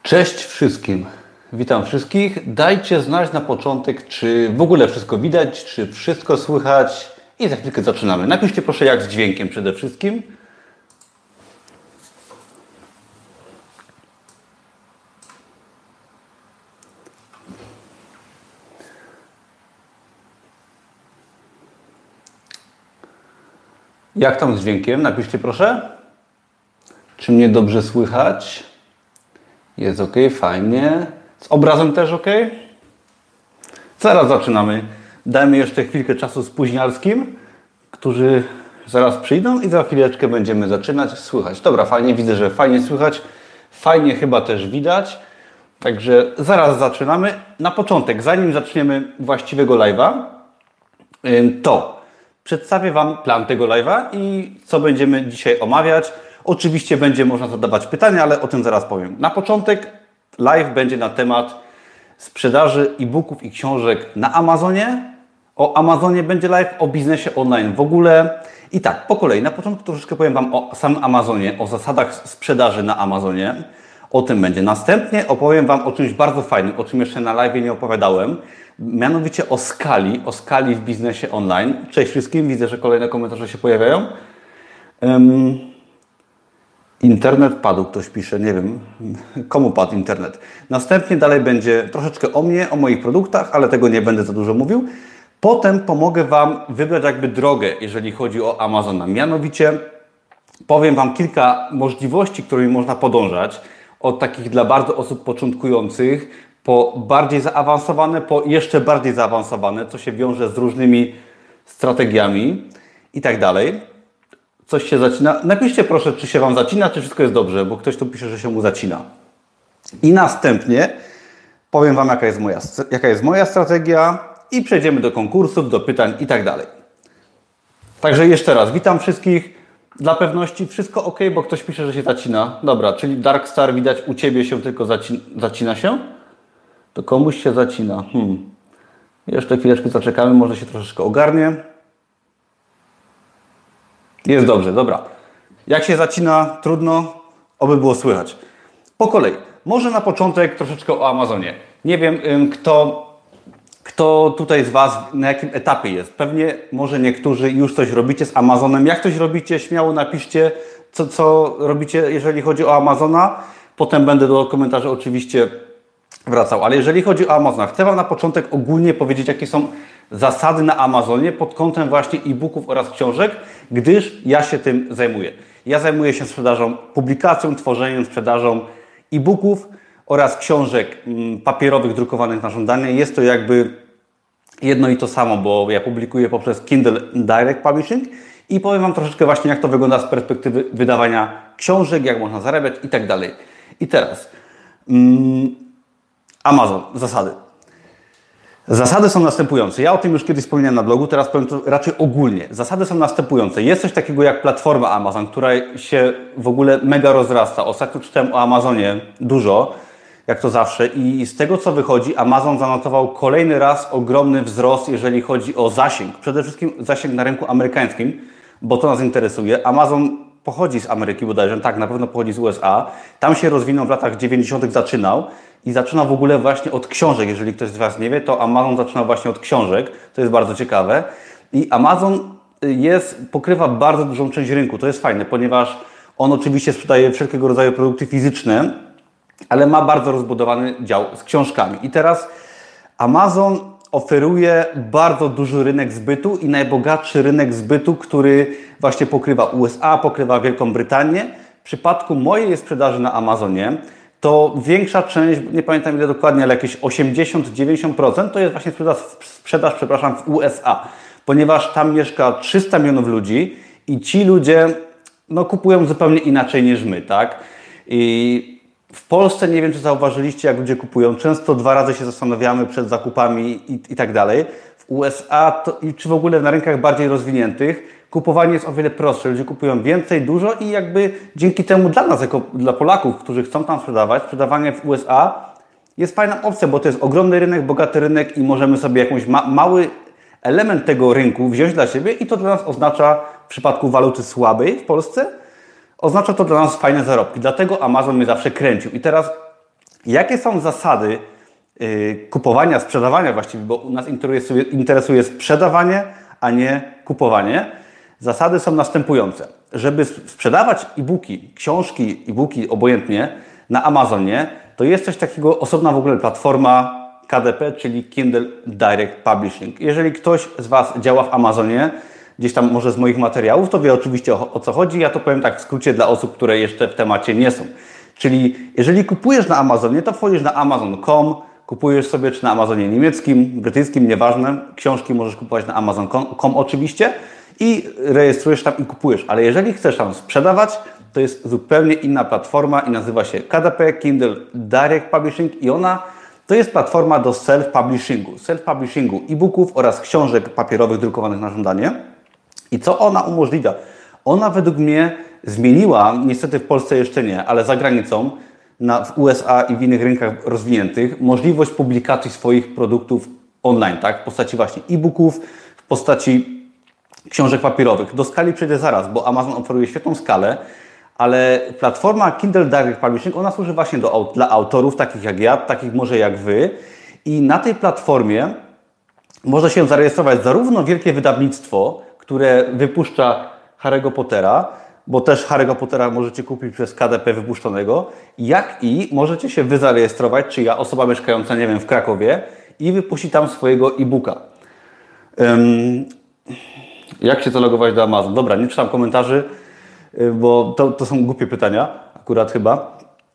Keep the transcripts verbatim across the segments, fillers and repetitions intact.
Cześć wszystkim. Witam wszystkich. Dajcie znać na początek, czy w ogóle wszystko widać, czy wszystko słychać i za chwilkę zaczynamy. Napiszcie proszę jak z dźwiękiem przede wszystkim. Jak tam z dźwiękiem? Napiszcie proszę. Czy mnie dobrze słychać? Jest ok, fajnie. Z obrazem też ok? Zaraz zaczynamy. Dajmy jeszcze chwilkę czasu spóźnialskim, którzy zaraz przyjdą i za chwileczkę będziemy zaczynać. Słychać. Dobra, fajnie, widzę, że fajnie słychać. Fajnie chyba też widać. Także zaraz zaczynamy. Na początek, zanim zaczniemy właściwego live'a, to przedstawię Wam plan tego live'a i co będziemy dzisiaj omawiać. Oczywiście będzie można zadawać pytania, ale o tym zaraz powiem. Na początek live będzie na temat sprzedaży e-booków i książek na Amazonie. O Amazonie będzie live, o biznesie online w ogóle. I tak, po kolei. Na początku troszeczkę powiem Wam o samym Amazonie, o zasadach sprzedaży na Amazonie. O tym będzie. Następnie opowiem Wam o czymś bardzo fajnym, o czym jeszcze na live nie opowiadałem. Mianowicie o skali, o skali w biznesie online. Cześć wszystkim, widzę, że kolejne komentarze się pojawiają. Um, Internet padł, ktoś pisze, nie wiem, komu padł internet. Następnie dalej będzie troszeczkę o mnie, o moich produktach, ale tego nie będę za dużo mówił. Potem pomogę Wam wybrać jakby drogę, jeżeli chodzi o Amazona. Mianowicie powiem Wam kilka możliwości, którymi można podążać. Od takich dla bardzo osób początkujących, po bardziej zaawansowane, po jeszcze bardziej zaawansowane, co się wiąże z różnymi strategiami i tak dalej. Coś się zacina. Napiszcie proszę, czy się Wam zacina, czy wszystko jest dobrze, bo ktoś tu pisze, że się mu zacina. I następnie powiem Wam, jaka jest moja, jaka jest moja strategia i przejdziemy do konkursów, do pytań i tak dalej. Także jeszcze raz, witam wszystkich. Dla pewności wszystko ok, bo ktoś pisze, że się zacina. Dobra, czyli Darkstar widać u Ciebie się tylko zacina, zacina się? To komuś się zacina. Hmm. Jeszcze chwileczkę zaczekamy, może się troszeczkę ogarnie. Jest dobrze, dobra. Jak się zacina, trudno, oby było słychać. Po kolei. Może na początek troszeczkę o Amazonie. Nie wiem, kto, kto tutaj z Was na jakim etapie jest. Pewnie może niektórzy już coś robicie z Amazonem. Jak coś robicie, śmiało napiszcie, co, co robicie, jeżeli chodzi o Amazona. Potem będę do komentarzy oczywiście wracał. Ale jeżeli chodzi o Amazona, chcę Wam na początek ogólnie powiedzieć, jakie są zasady na Amazonie pod kątem właśnie e-booków oraz książek, gdyż ja się tym zajmuję. Ja zajmuję się sprzedażą, publikacją, tworzeniem, sprzedażą e-booków oraz książek papierowych, drukowanych na żądanie. Jest to jakby jedno i to samo, bo ja publikuję poprzez Kindle Direct Publishing i powiem Wam troszeczkę właśnie, jak to wygląda z perspektywy wydawania książek, jak można zarabiać i tak dalej. I teraz mm, Amazon, zasady. Zasady są następujące. Ja o tym już kiedyś wspominałem na blogu, teraz powiem to raczej ogólnie. Zasady są następujące. Jest coś takiego jak platforma Amazon, która się w ogóle mega rozrasta. Ostatnio czytałem o Amazonie dużo, jak to zawsze, i z tego co wychodzi, Amazon zanotował kolejny raz ogromny wzrost, jeżeli chodzi o zasięg. Przede wszystkim zasięg na rynku amerykańskim, bo to nas interesuje. Amazon pochodzi z Ameryki bodajże, tak, na pewno pochodzi z U S A. Tam się rozwinął w latach dziewięćdziesiątych zaczynał. I zaczyna w ogóle właśnie od książek. Jeżeli ktoś z Was nie wie, to Amazon zaczyna właśnie od książek. To jest bardzo ciekawe. I Amazon jest, pokrywa bardzo dużą część rynku. To jest fajne, ponieważ on oczywiście sprzedaje wszelkiego rodzaju produkty fizyczne, ale ma bardzo rozbudowany dział z książkami. I teraz Amazon oferuje bardzo duży rynek zbytu i najbogatszy rynek zbytu, który właśnie pokrywa U S A, pokrywa Wielką Brytanię. W przypadku mojej sprzedaży na Amazonie to większa część, nie pamiętam ile dokładnie, ale jakieś osiemdziesiąt do dziewięćdziesięciu procent to jest właśnie sprzedaż, sprzedaż przepraszam, w U S A, ponieważ tam mieszka trzysta milionów ludzi i ci ludzie no, kupują zupełnie inaczej niż my, tak? I w Polsce, nie wiem czy zauważyliście, jak ludzie kupują, często dwa razy się zastanawiamy przed zakupami i, i tak dalej. W U S A to, i czy w ogóle na rynkach bardziej rozwiniętych kupowanie jest o wiele prostsze. Ludzie kupują więcej, dużo i jakby dzięki temu dla nas, jako dla Polaków, którzy chcą tam sprzedawać, sprzedawanie w U S A jest fajna opcja, bo to jest ogromny rynek, bogaty rynek i możemy sobie jakąś ma mały element tego rynku wziąć dla siebie i to dla nas oznacza, w przypadku waluty słabej w Polsce, oznacza to dla nas fajne zarobki. Dlatego Amazon mnie zawsze kręcił. I teraz Jakie są zasady yy, kupowania, sprzedawania właściwie, bo u nas interesuje, interesuje sprzedawanie, a nie kupowanie. Zasady są następujące. Żeby sprzedawać e-booki, książki, e-booki obojętnie na Amazonie, to jest coś takiego, osobna w ogóle platforma K D P, czyli Kindle Direct Publishing. Jeżeli ktoś z Was działa w Amazonie, gdzieś tam może z moich materiałów, to wie oczywiście o, o co chodzi. Ja to powiem tak w skrócie dla osób, które jeszcze w temacie nie są. Czyli jeżeli kupujesz na Amazonie, to wchodzisz na amazon kropka com, kupujesz sobie czy na Amazonie niemieckim, brytyjskim, nieważne. Książki możesz kupować na amazon kropka com oczywiście i rejestrujesz tam i kupujesz. Ale jeżeli chcesz tam sprzedawać, to jest zupełnie inna platforma i nazywa się K D P, Kindle Direct Publishing i ona to jest platforma do self-publishingu. Self-publishingu e-booków oraz książek papierowych drukowanych na żądanie. I co ona umożliwia? Ona według mnie zmieniła, niestety w Polsce jeszcze nie, ale za granicą, na, w U S A i w innych rynkach rozwiniętych, możliwość publikacji swoich produktów online, tak? W postaci właśnie e-booków, w postaci książek papierowych. Do skali przejdę zaraz, bo Amazon oferuje świetną skalę, ale platforma Kindle Direct Publishing, ona służy właśnie do, dla autorów, takich jak ja, takich może jak Wy. I na tej platformie może się zarejestrować zarówno wielkie wydawnictwo, które wypuszcza Harry'ego Pottera, bo też Harry'ego Pottera możecie kupić przez K D P wypuszczonego, jak i możecie się Wy zarejestrować, czy ja, osoba mieszkająca, nie wiem, w Krakowie i wypuści tam swojego e-booka. Um, jak się zalogować do Amazon? Dobra, nie czytam komentarzy, bo to, to są głupie pytania, akurat chyba.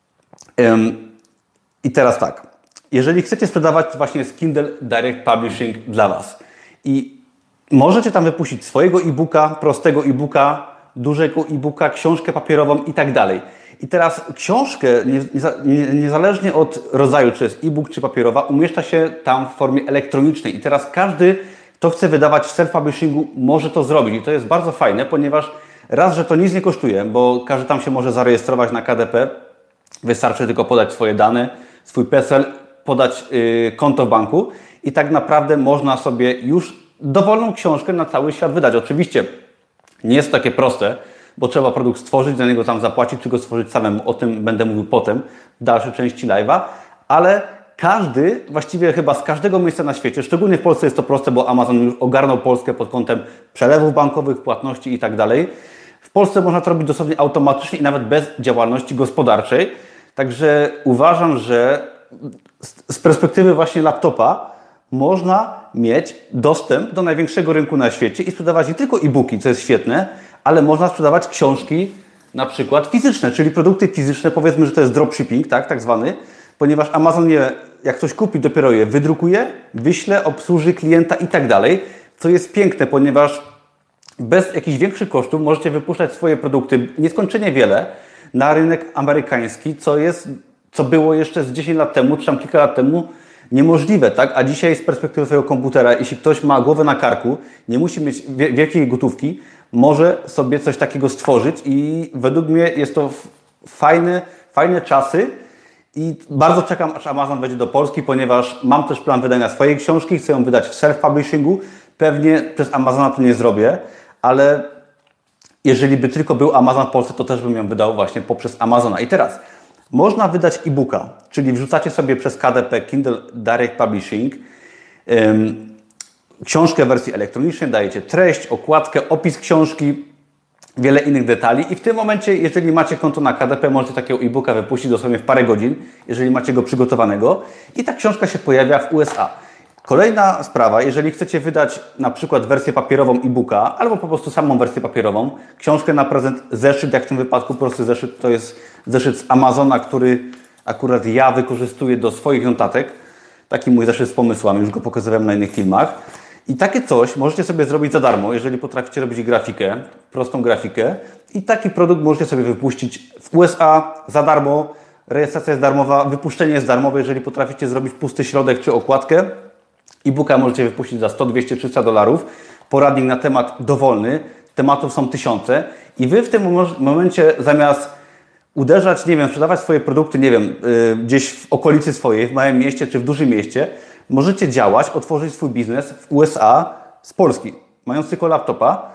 Um, I teraz tak, jeżeli chcecie sprzedawać właśnie z Kindle Direct Publishing dla Was i możecie tam wypuścić swojego e-booka, prostego e-booka, dużego e-booka, książkę papierową i tak dalej. I teraz książkę, nie, nie, niezależnie od rodzaju, czy jest e-book, czy papierowa, umieszcza się tam w formie elektronicznej. I teraz każdy, kto chce wydawać w self-publishingu, może to zrobić. I to jest bardzo fajne, ponieważ raz, że to nic nie kosztuje, bo każdy tam się może zarejestrować na K D P. Wystarczy tylko podać swoje dane, swój PESEL, podać yy, konto w banku i tak naprawdę można sobie już dowolną książkę na cały świat wydać. Oczywiście nie jest to takie proste, bo trzeba produkt stworzyć, za niego tam zapłacić, czy go stworzyć samemu. O tym będę mówił potem w dalszej części live'a, ale każdy, właściwie chyba z każdego miejsca na świecie, szczególnie w Polsce jest to proste, bo Amazon już ogarnął Polskę pod kątem przelewów bankowych, płatności i tak dalej. W Polsce można to robić dosłownie automatycznie i nawet bez działalności gospodarczej. Także uważam, że z perspektywy właśnie laptopa można mieć dostęp do największego rynku na świecie i sprzedawać nie tylko e-booki, co jest świetne, ale można sprzedawać książki na przykład fizyczne, czyli produkty fizyczne, powiedzmy, że to jest dropshipping, tak, tak zwany, ponieważ Amazon je, jak ktoś kupi, dopiero je wydrukuje, wyśle, obsłuży klienta i tak dalej, co jest piękne, ponieważ bez jakichś większych kosztów możecie wypuszczać swoje produkty nieskończenie wiele na rynek amerykański, co jest, co było jeszcze z dziesięć lat temu, czy tam kilka lat temu niemożliwe, tak? A dzisiaj z perspektywy swojego komputera, jeśli ktoś ma głowę na karku, nie musi mieć wielkiej gotówki, może sobie coś takiego stworzyć i według mnie jest to fajne, fajne czasy i bardzo czekam, aż Amazon wejdzie do Polski, ponieważ mam też plan wydania swojej książki, chcę ją wydać w self-publishingu. Pewnie przez Amazona to nie zrobię, ale jeżeli by tylko był Amazon w Polsce, to też bym ją wydał właśnie poprzez Amazona. I teraz można wydać e-booka, czyli wrzucacie sobie przez K D P Kindle Direct Publishing ym, książkę w wersji elektronicznej, dajecie treść, okładkę, opis książki, wiele innych detali i w tym momencie, jeżeli macie konto na K D P, możecie takiego e-booka wypuścić dosłownie w parę godzin, jeżeli macie go przygotowanego i ta książka się pojawia w U S A. Kolejna sprawa, jeżeli chcecie wydać na przykład wersję papierową e-booka albo po prostu samą wersję papierową, książkę na prezent, zeszyt, jak w tym wypadku prosty zeszyt, to jest zeszyt z Amazona, który akurat ja wykorzystuję do swoich notatek. Taki mój zeszyt z pomysłami, już go pokazywałem na innych filmach. I takie coś możecie sobie zrobić za darmo, jeżeli potraficie robić grafikę, prostą grafikę. I taki produkt możecie sobie wypuścić w U S A za darmo. Rejestracja jest darmowa, wypuszczenie jest darmowe, jeżeli potraficie zrobić pusty środek czy okładkę. E-booka możecie wypuścić za sto, dwieście, trzysta dolarów. Poradnik na temat dowolny. Tematów są tysiące. I Wy w tym momencie zamiast uderzać, nie wiem, sprzedawać swoje produkty, nie wiem, yy, gdzieś w okolicy swojej, w małym mieście czy w dużym mieście, możecie działać, otworzyć swój biznes w U S A z Polski, mając tylko laptopa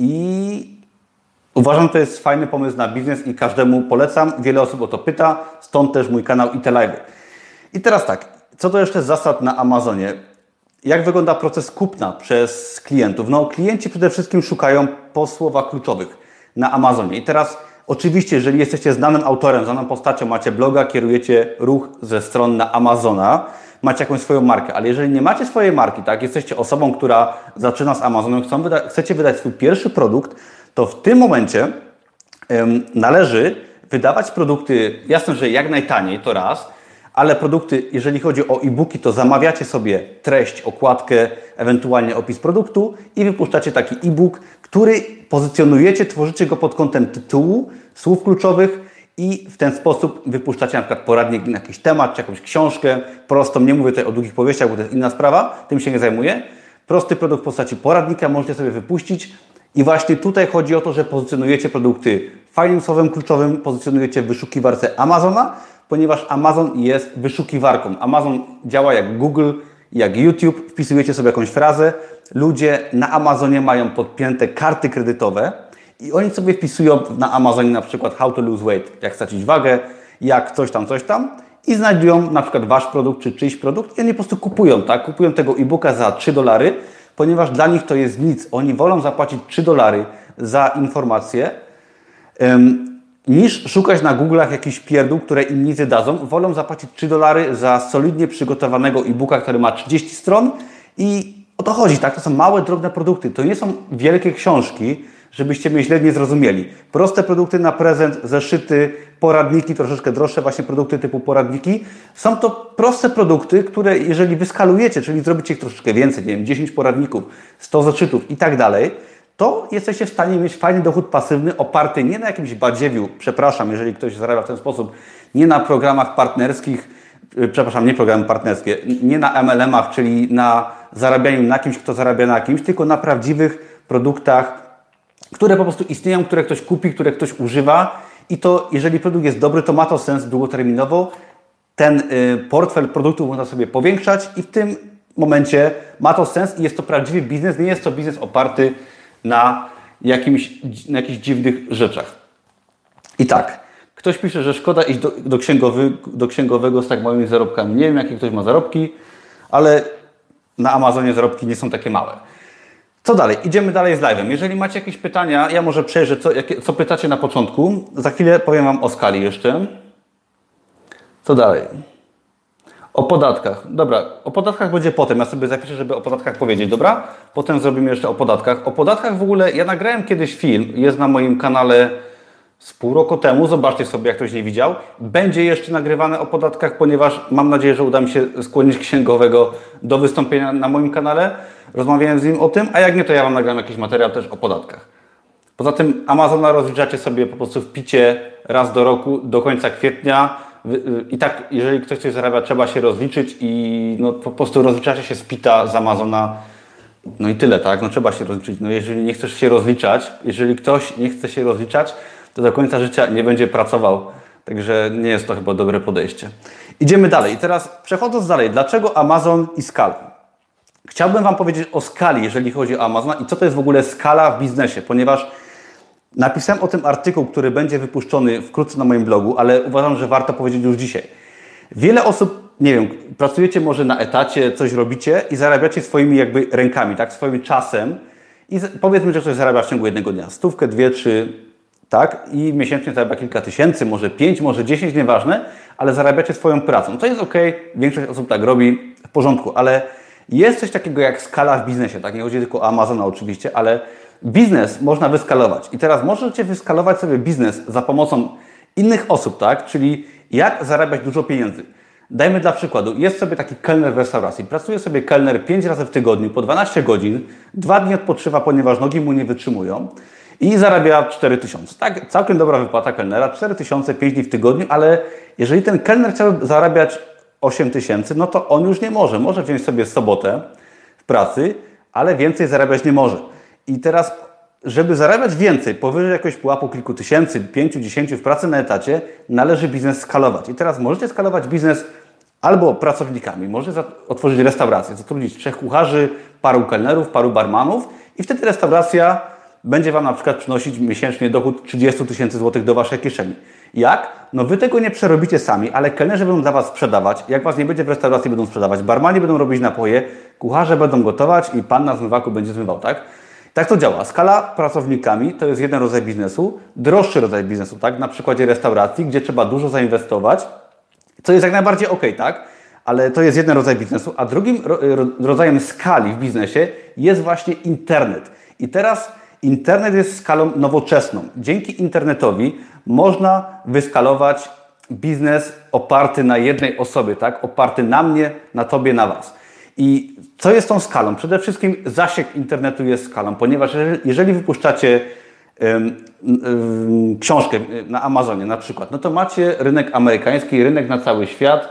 i uważam, że to jest fajny pomysł na biznes i każdemu polecam. Wiele osób o to pyta, stąd też mój kanał i te live'y. I teraz tak, co to jeszcze zasad na Amazonie? Jak wygląda proces kupna przez klientów? No, klienci przede wszystkim szukają po słowach kluczowych na Amazonie. I teraz oczywiście, jeżeli jesteście znanym autorem, znaną postacią, macie bloga, kierujecie ruch ze stron na Amazona, macie jakąś swoją markę, ale jeżeli nie macie swojej marki, tak, jesteście osobą, która zaczyna z Amazonem, chcą wyda- chcecie wydać swój pierwszy produkt, to w tym momencie ym, należy wydawać produkty, jasne, że jak najtaniej, to raz, ale produkty, jeżeli chodzi o e-booki, to zamawiacie sobie treść, okładkę, ewentualnie opis produktu i wypuszczacie taki e-book, który pozycjonujecie, tworzycie go pod kątem tytułu, słów kluczowych i w ten sposób wypuszczacie na przykład poradnik na jakiś temat, czy jakąś książkę, prostą, nie mówię tutaj o długich powieściach, bo to jest inna sprawa, tym się nie zajmuję. Prosty produkt w postaci poradnika możecie sobie wypuścić i właśnie tutaj chodzi o to, że pozycjonujecie produkty fajnym słowem kluczowym, pozycjonujecie w wyszukiwarce Amazona, ponieważ Amazon jest wyszukiwarką. Amazon działa jak Google, jak YouTube, wpisujecie sobie jakąś frazę, ludzie na Amazonie mają podpięte karty kredytowe i oni sobie wpisują na Amazonie na przykład how to lose weight, jak stracić wagę, jak coś tam, coś tam i znajdują na przykład wasz produkt czy czyjś produkt i oni po prostu kupują, tak? Kupują tego e-booka za trzy dolary, ponieważ dla nich to jest nic. Oni wolą zapłacić trzy dolary za informację, um, niż szukać na Google'ach jakichś pierdół, które im nic nie dadzą. Wolą zapłacić trzy dolary za solidnie przygotowanego e-booka, który ma trzydzieści stron i o to chodzi, tak? To są małe, drobne produkty. To nie są wielkie książki, żebyście mnie źle nie zrozumieli. Proste produkty na prezent, zeszyty, poradniki, troszeczkę droższe właśnie produkty typu poradniki. Są to proste produkty, które jeżeli wyskalujecie, czyli zrobicie ich troszeczkę więcej, nie wiem, dziesięć poradników, sto zeszytów i tak dalej, to jesteście w stanie mieć fajny dochód pasywny oparty nie na jakimś badziewiu, przepraszam, jeżeli ktoś zarabia w ten sposób, nie na programach partnerskich, przepraszam, nie programy partnerskie, nie na M L M-ach, czyli na zarabianiu na kimś, kto zarabia na kimś, tylko na prawdziwych produktach, które po prostu istnieją, które ktoś kupi, które ktoś używa i to, jeżeli produkt jest dobry, to ma to sens długoterminowo. Ten y, portfel produktów można sobie powiększać i w tym momencie ma to sens i jest to prawdziwy biznes, nie jest to biznes oparty na, jakimś, na jakichś dziwnych rzeczach. I tak, ktoś pisze, że szkoda iść do, do, księgowy, do księgowego z tak małymi zarobkami. Nie wiem, jakie ktoś ma zarobki, ale na Amazonie zarobki nie są takie małe. Co dalej? Idziemy dalej z live'em. Jeżeli macie jakieś pytania, ja może przejrzę, co, jakie, co pytacie na początku. Za chwilę powiem Wam o skali jeszcze. Co dalej? O podatkach. Dobra, o podatkach będzie potem. Ja sobie zapiszę, żeby o podatkach powiedzieć, dobra? Potem zrobimy jeszcze o podatkach. O podatkach w ogóle, ja nagrałem kiedyś film, jest na moim kanale z pół roku temu. Zobaczcie sobie, jak ktoś nie widział. Będzie jeszcze nagrywane o podatkach, ponieważ mam nadzieję, że uda mi się skłonić księgowego do wystąpienia na moim kanale. Rozmawiałem z nim o tym, a jak nie, to ja Wam nagram jakiś materiał też o podatkach. Poza tym Amazona rozliczacie sobie po prostu w picie raz do roku, do końca kwietnia. I tak, jeżeli ktoś coś zarabia, trzeba się rozliczyć i no, po prostu rozliczacie się z pita z Amazona. No i tyle, tak? No trzeba się rozliczyć. No jeżeli nie chcesz się rozliczać, jeżeli ktoś nie chce się rozliczać, to do końca życia nie będzie pracował. Także nie jest to chyba dobre podejście. Idziemy dalej. I teraz przechodząc dalej, dlaczego Amazon i skala? Chciałbym Wam powiedzieć o skali, jeżeli chodzi o Amazona i co to jest w ogóle skala w biznesie, ponieważ napisałem o tym artykuł, który będzie wypuszczony wkrótce na moim blogu, ale uważam, że warto powiedzieć już dzisiaj. Wiele osób, nie wiem, pracujecie może na etacie, coś robicie i zarabiacie swoimi jakby rękami, tak, swoim czasem i powiedzmy, że ktoś zarabia w ciągu jednego dnia stówkę, dwie, trzy, tak, i miesięcznie zarabia kilka tysięcy, może pięć, może dziesięć, nieważne, ale zarabiacie swoją pracą. To jest ok, większość osób tak robi, w porządku, ale jest coś takiego jak skala w biznesie, tak, nie chodzi tylko o Amazona oczywiście, ale biznes można wyskalować i teraz możecie wyskalować sobie biznes za pomocą innych osób, tak? Czyli jak zarabiać dużo pieniędzy. Dajmy dla przykładu, jest sobie taki kelner w restauracji, pracuje sobie kelner pięć razy w tygodniu po dwanaście godzin, dwa dni odpoczywa, ponieważ nogi mu nie wytrzymują i zarabia cztery tysiące. Tak, całkiem dobra wypłata kelnera, cztery tysiące, pięć dni w tygodniu, ale jeżeli ten kelner chciał zarabiać osiem tysięcy, no to on już nie może. Może wziąć sobie sobotę w pracy, ale więcej zarabiać nie może. I teraz, żeby zarabiać więcej, powyżej jakiegoś pułapu kilku tysięcy, pięciu, dziesięciu w pracy na etacie, należy biznes skalować. I teraz możecie skalować biznes albo pracownikami. Możecie otworzyć restaurację, zatrudnić trzech kucharzy, paru kelnerów, paru barmanów i wtedy restauracja będzie Wam na przykład przynosić miesięcznie dochód trzydzieści tysięcy złotych do Waszej kieszeni. Jak? No Wy tego nie przerobicie sami, ale kelnerzy będą dla Was sprzedawać, jak Was nie będzie w restauracji, będą sprzedawać, barmani będą robić napoje, kucharze będą gotować i Pan na zmywaku będzie zmywał, tak? Tak to działa. Skala pracownikami to jest jeden rodzaj biznesu, droższy rodzaj biznesu, tak? Na przykładzie restauracji, gdzie trzeba dużo zainwestować, co jest jak najbardziej ok, tak? Ale to jest jeden rodzaj biznesu, a drugim ro rodzajem skali w biznesie jest właśnie internet. I teraz internet jest skalą nowoczesną. Dzięki internetowi można wyskalować biznes oparty na jednej osobie, tak? Oparty na mnie, na Tobie, na Was. I co jest tą skalą? Przede wszystkim zasięg internetu jest skalą, ponieważ jeżeli wypuszczacie um, um, książkę na Amazonie na przykład, no to macie rynek amerykański, rynek na cały świat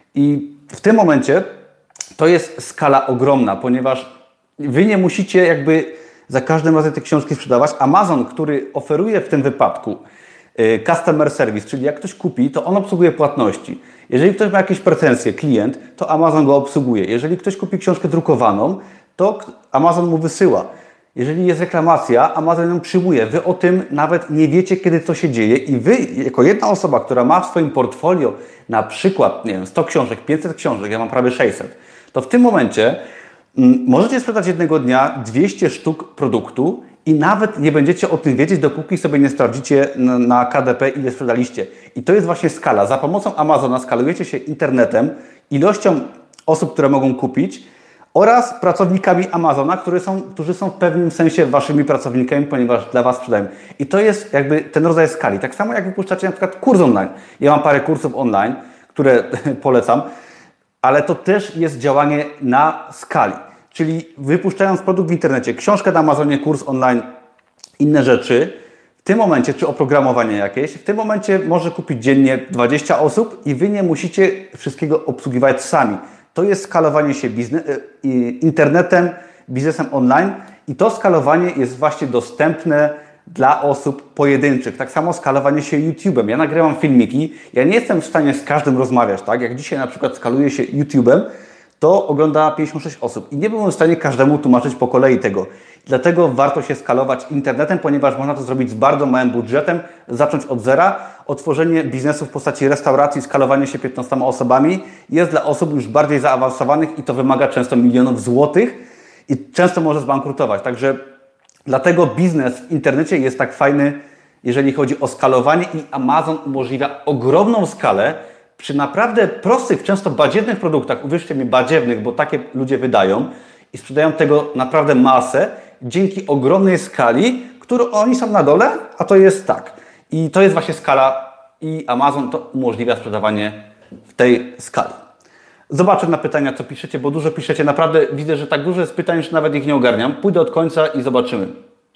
i w tym momencie to jest skala ogromna, ponieważ Wy nie musicie jakby za każdym razem te książki sprzedawać. Amazon, który oferuje w tym wypadku y, customer service, czyli jak ktoś kupi, to on obsługuje płatności. Jeżeli ktoś ma jakieś pretensje, klient, to Amazon go obsługuje. Jeżeli ktoś kupi książkę drukowaną, to Amazon mu wysyła. Jeżeli jest reklamacja, Amazon ją przyjmuje. Wy o tym nawet nie wiecie, kiedy to się dzieje i Wy, jako jedna osoba, która ma w swoim portfolio na przykład, nie wiem, sto książek, pięćset książek, ja mam prawie sześćset, to w tym momencie mm, możecie sprzedać jednego dnia dwieście sztuk produktu i nawet nie będziecie o tym wiedzieć, dopóki sobie nie sprawdzicie na, na K D P, ile sprzedaliście. I to jest właśnie skala. Za pomocą Amazona skalujecie się internetem, ilością osób, które mogą kupić, oraz pracownikami Amazona, które są, którzy są w pewnym sensie Waszymi pracownikami, ponieważ dla Was sprzedają. I to jest jakby ten rodzaj skali. Tak samo jak wypuszczacie na przykład kurs online. Ja mam parę kursów online, które polecam, ale to też jest działanie na skali. Czyli wypuszczając produkt w internecie, książkę na Amazonie, kurs online, inne rzeczy, w tym momencie, czy oprogramowanie jakieś, w tym momencie może kupić dziennie dwadzieścia osób i Wy nie musicie wszystkiego obsługiwać sami. To jest skalowanie się biznes, internetem, biznesem online i to skalowanie jest właśnie dostępne dla osób pojedynczych. Tak samo skalowanie się YouTube'em. Ja nagrywam filmiki, ja nie jestem w stanie z każdym rozmawiać, tak? Jak dzisiaj na przykład skaluję się YouTube'em, to ogląda pięćdziesiąt sześć osób i nie byłem w stanie każdemu tłumaczyć po kolei tego. Dlatego warto się skalować internetem, ponieważ można to zrobić z bardzo małym budżetem, zacząć od zera. Otworzenie biznesu w postaci restauracji, skalowanie się piętnastoma osobami jest dla osób już bardziej zaawansowanych i to wymaga często milionów złotych i często może zbankrutować. Także dlatego biznes w internecie jest tak fajny, jeżeli chodzi o skalowanie i Amazon umożliwia ogromną skalę przy naprawdę prostych, często badziewnych produktach, uwierzcie mi, badziewnych, bo takie ludzie wydają i sprzedają tego naprawdę masę dzięki ogromnej skali, którą oni są na dole, a to jest tak. I to jest właśnie skala i Amazon to umożliwia sprzedawanie w tej skali. Zobaczę na pytania, co piszecie, bo dużo piszecie. Naprawdę widzę, że tak dużo jest pytań, że nawet ich nie ogarniam. Pójdę od końca i zobaczymy.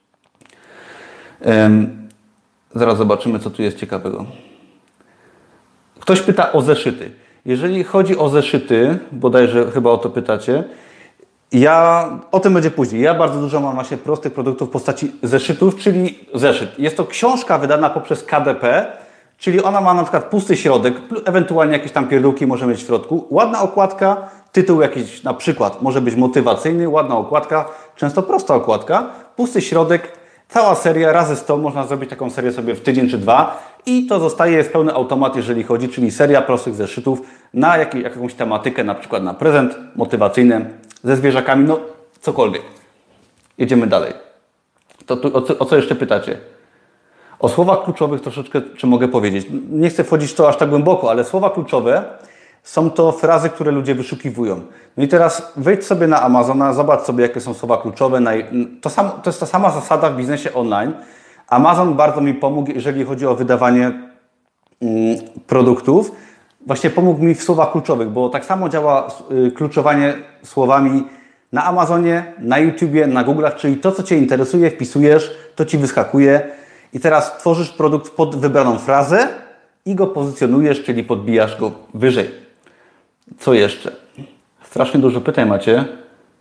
Um, zaraz zobaczymy, co tu jest ciekawego. Ktoś pyta o zeszyty. Jeżeli chodzi o zeszyty, bodajże chyba o to pytacie, ja, o tym będzie później. Ja bardzo dużo mam właśnie prostych produktów w postaci zeszytów, czyli zeszyt. Jest to książka wydana poprzez K D P, czyli ona ma na przykład pusty środek, ewentualnie jakieś tam pierdółki może mieć w środku, ładna okładka, tytuł jakiś na przykład może być motywacyjny, ładna okładka, często prosta okładka, pusty środek, cała seria razy sto, można zrobić taką serię sobie w tydzień czy dwa i to zostaje, jest pełny automat, jeżeli chodzi, czyli seria prostych zeszytów na jak, jakąś tematykę, na przykład na prezent motywacyjny, ze zwierzakami, no cokolwiek. Jedziemy dalej. To tu, o, co, o co jeszcze pytacie? O słowach kluczowych troszeczkę, czy mogę powiedzieć. Nie chcę wchodzić w to aż tak głęboko, ale słowa kluczowe są to frazy, które ludzie wyszukiwują. No i teraz wejdź sobie na Amazona, zobacz sobie, jakie są słowa kluczowe. To, sam, to jest ta sama zasada w biznesie online. Amazon bardzo mi pomógł, jeżeli chodzi o wydawanie mm, produktów. Właśnie pomógł mi w słowach kluczowych, bo tak samo działa y, kluczowanie słowami na Amazonie, na YouTubie, na Google'ach, czyli to, co Cię interesuje, wpisujesz, to Ci wyskakuje i teraz tworzysz produkt pod wybraną frazę i go pozycjonujesz, czyli podbijasz go wyżej. Co jeszcze? Strasznie dużo pytań macie.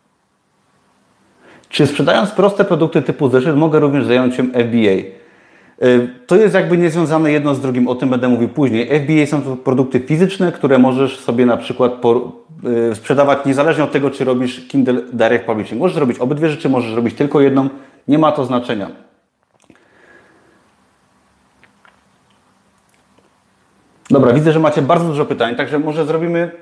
Czy sprzedając proste produkty typu zeszyt mogę również zająć się F B A? To jest jakby niezwiązane jedno z drugim, o tym będę mówił później. F B A są to produkty fizyczne, które możesz sobie na przykład por, yy, sprzedawać niezależnie od tego, czy robisz Kindle Direct Publishing. Możesz robić obydwie rzeczy, możesz robić tylko jedną, nie ma to znaczenia. Dobra, widzę, że macie bardzo dużo pytań, także może zrobimy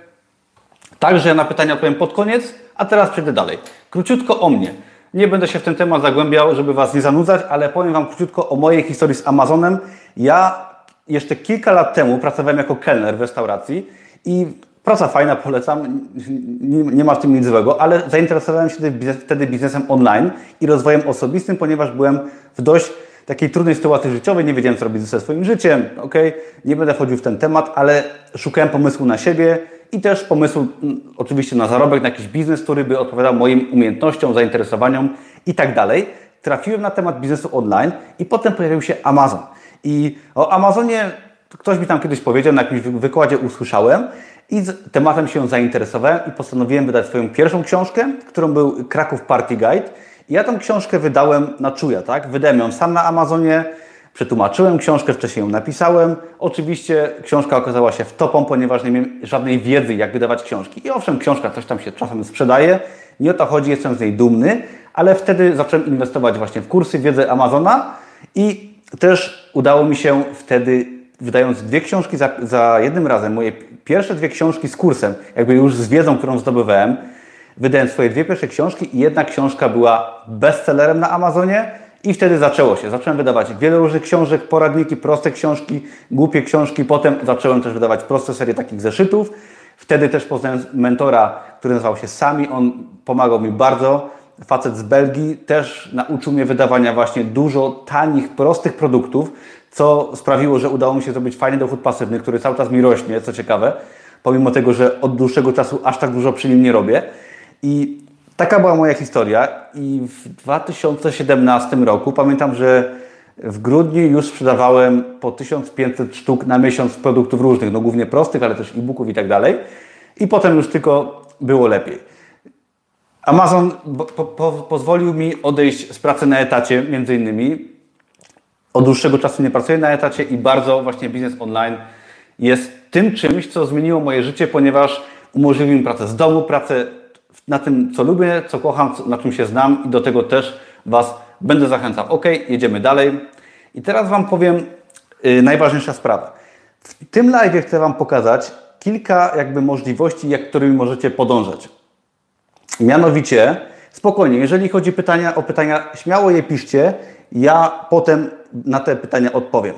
tak, że ja na pytania odpowiem pod koniec, a teraz przejdę dalej. Króciutko o mnie. Nie będę się w ten temat zagłębiał, żeby Was nie zanudzać, ale powiem Wam króciutko o mojej historii z Amazonem. Ja jeszcze kilka lat temu pracowałem jako kelner w restauracji i praca fajna, polecam, nie, nie ma w tym nic złego, ale zainteresowałem się wtedy biznesem online i rozwojem osobistym, ponieważ byłem w dość takiej trudnej sytuacji życiowej, nie wiedziałem, co robić ze swoim życiem, ok, nie będę wchodził w ten temat, ale szukałem pomysłu na siebie i też pomysłu m, oczywiście na zarobek, na jakiś biznes, który by odpowiadał moim umiejętnościom, zainteresowaniom i tak dalej. Trafiłem na temat biznesu online i potem pojawił się Amazon. I o Amazonie ktoś mi tam kiedyś powiedział, na jakimś wykładzie usłyszałem i z tematem się zainteresowałem i postanowiłem wydać swoją pierwszą książkę, którą był Kraków Party Guide. I ja tą książkę wydałem na czuja, tak? Wydałem ją sam na Amazonie, przetłumaczyłem książkę, wcześniej ją napisałem. Oczywiście książka okazała się wtopą, ponieważ nie miałem żadnej wiedzy, jak wydawać książki. I owszem, książka coś tam się czasem sprzedaje, nie o to chodzi, jestem z niej dumny, ale wtedy zacząłem inwestować właśnie w kursy, wiedzę Amazona i też udało mi się wtedy, wydając dwie książki za, za jednym razem, moje pierwsze dwie książki z kursem, jakby już z wiedzą, którą zdobywałem, wydałem swoje dwie pierwsze książki i jedna książka była bestsellerem na Amazonie i wtedy zaczęło się. Zacząłem wydawać wiele różnych książek, poradniki, proste książki, głupie książki. Potem zacząłem też wydawać proste serie takich zeszytów. Wtedy też poznałem mentora, który nazywał się Sami. On pomagał mi bardzo. Facet z Belgii też nauczył mnie wydawania właśnie dużo tanich, prostych produktów, co sprawiło, że udało mi się zrobić fajny dochód pasywny, który cały czas mi rośnie, co ciekawe, pomimo tego, że od dłuższego czasu aż tak dużo przy nim nie robię. I taka była moja historia i w dwa tysiące siedemnastym roku pamiętam, że w grudniu już sprzedawałem po tysiąc pięćset sztuk na miesiąc produktów różnych, no głównie prostych, ale też e-booków i tak dalej. I potem już tylko było lepiej. Amazon po, po, pozwolił mi odejść z pracy na etacie, między innymi. Od dłuższego czasu nie pracuję na etacie i bardzo właśnie biznes online jest tym czymś, co zmieniło moje życie, ponieważ umożliwił mi pracę z domu, pracę na tym, co lubię, co kocham, na czym się znam i do tego też Was będę zachęcał. Ok, jedziemy dalej. I teraz Wam powiem yy, najważniejsza sprawa. W tym live chcę Wam pokazać kilka jakby możliwości, jak którymi możecie podążać. Mianowicie, spokojnie, jeżeli chodzi pytania, o pytania, śmiało je piszcie, ja potem na te pytania odpowiem.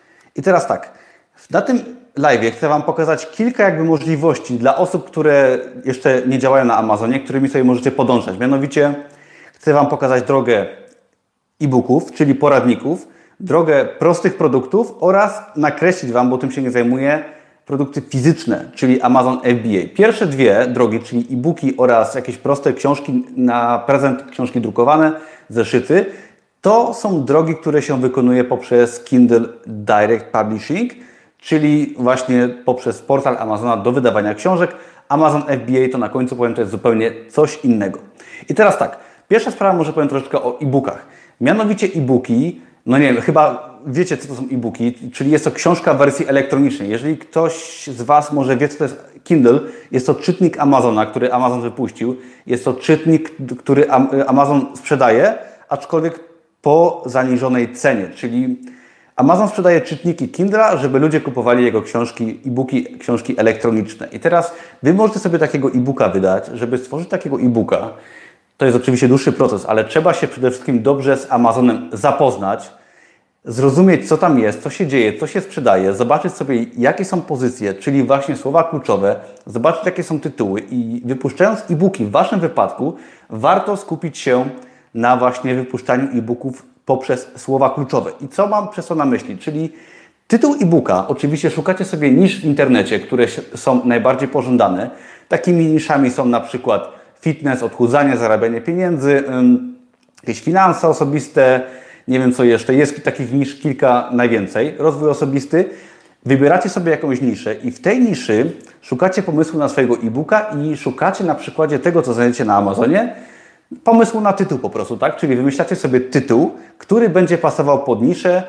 I teraz tak, na tym live chcę Wam pokazać kilka jakby możliwości dla osób, które jeszcze nie działają na Amazonie, którymi sobie możecie podążać. Mianowicie chcę Wam pokazać drogę e-booków, czyli poradników, drogę prostych produktów oraz nakreślić Wam, bo tym się nie zajmuję, produkty fizyczne, czyli Amazon F B A. Pierwsze dwie drogi, czyli e-booki oraz jakieś proste książki na prezent, książki drukowane, zeszyty, to są drogi, które się wykonuje poprzez Kindle Direct Publishing, czyli właśnie poprzez portal Amazona do wydawania książek. Amazon F B A to na końcu powiem, to jest zupełnie coś innego. I teraz tak, pierwsza sprawa, może powiem troszeczkę o e-bookach. Mianowicie e-booki, no nie wiem, chyba wiecie, co to są e-booki, czyli jest to książka w wersji elektronicznej. Jeżeli ktoś z Was może wie, co to jest Kindle, jest to czytnik Amazona, który Amazon wypuścił. Jest to czytnik, który Amazon sprzedaje, aczkolwiek po zaniżonej cenie, czyli Amazon sprzedaje czytniki Kindla, żeby ludzie kupowali jego książki, e-booki, książki elektroniczne. I teraz Wy możecie sobie takiego e-booka wydać. Żeby stworzyć takiego e-booka, to jest oczywiście dłuższy proces, ale trzeba się przede wszystkim dobrze z Amazonem zapoznać, zrozumieć, co tam jest, co się dzieje, co się sprzedaje, zobaczyć sobie, jakie są pozycje, czyli właśnie słowa kluczowe, zobaczyć, jakie są tytuły i wypuszczając e-booki, w Waszym wypadku warto skupić się na właśnie wypuszczaniu e-booków poprzez słowa kluczowe. I co mam przez to na myśli? Czyli tytuł e-booka, oczywiście szukacie sobie nisz w internecie, które są najbardziej pożądane. Takimi niszami są na przykład fitness, odchudzanie, zarabianie pieniędzy, jakieś finanse osobiste, nie wiem co jeszcze, jest takich nisz kilka najwięcej, rozwój osobisty. Wybieracie sobie jakąś niszę i w tej niszy szukacie pomysłu na swojego e-booka i szukacie na przykładzie tego, co znajdziecie na Amazonie, pomysłu na tytuł po prostu, tak? Czyli wymyślacie sobie tytuł, który będzie pasował pod niszę,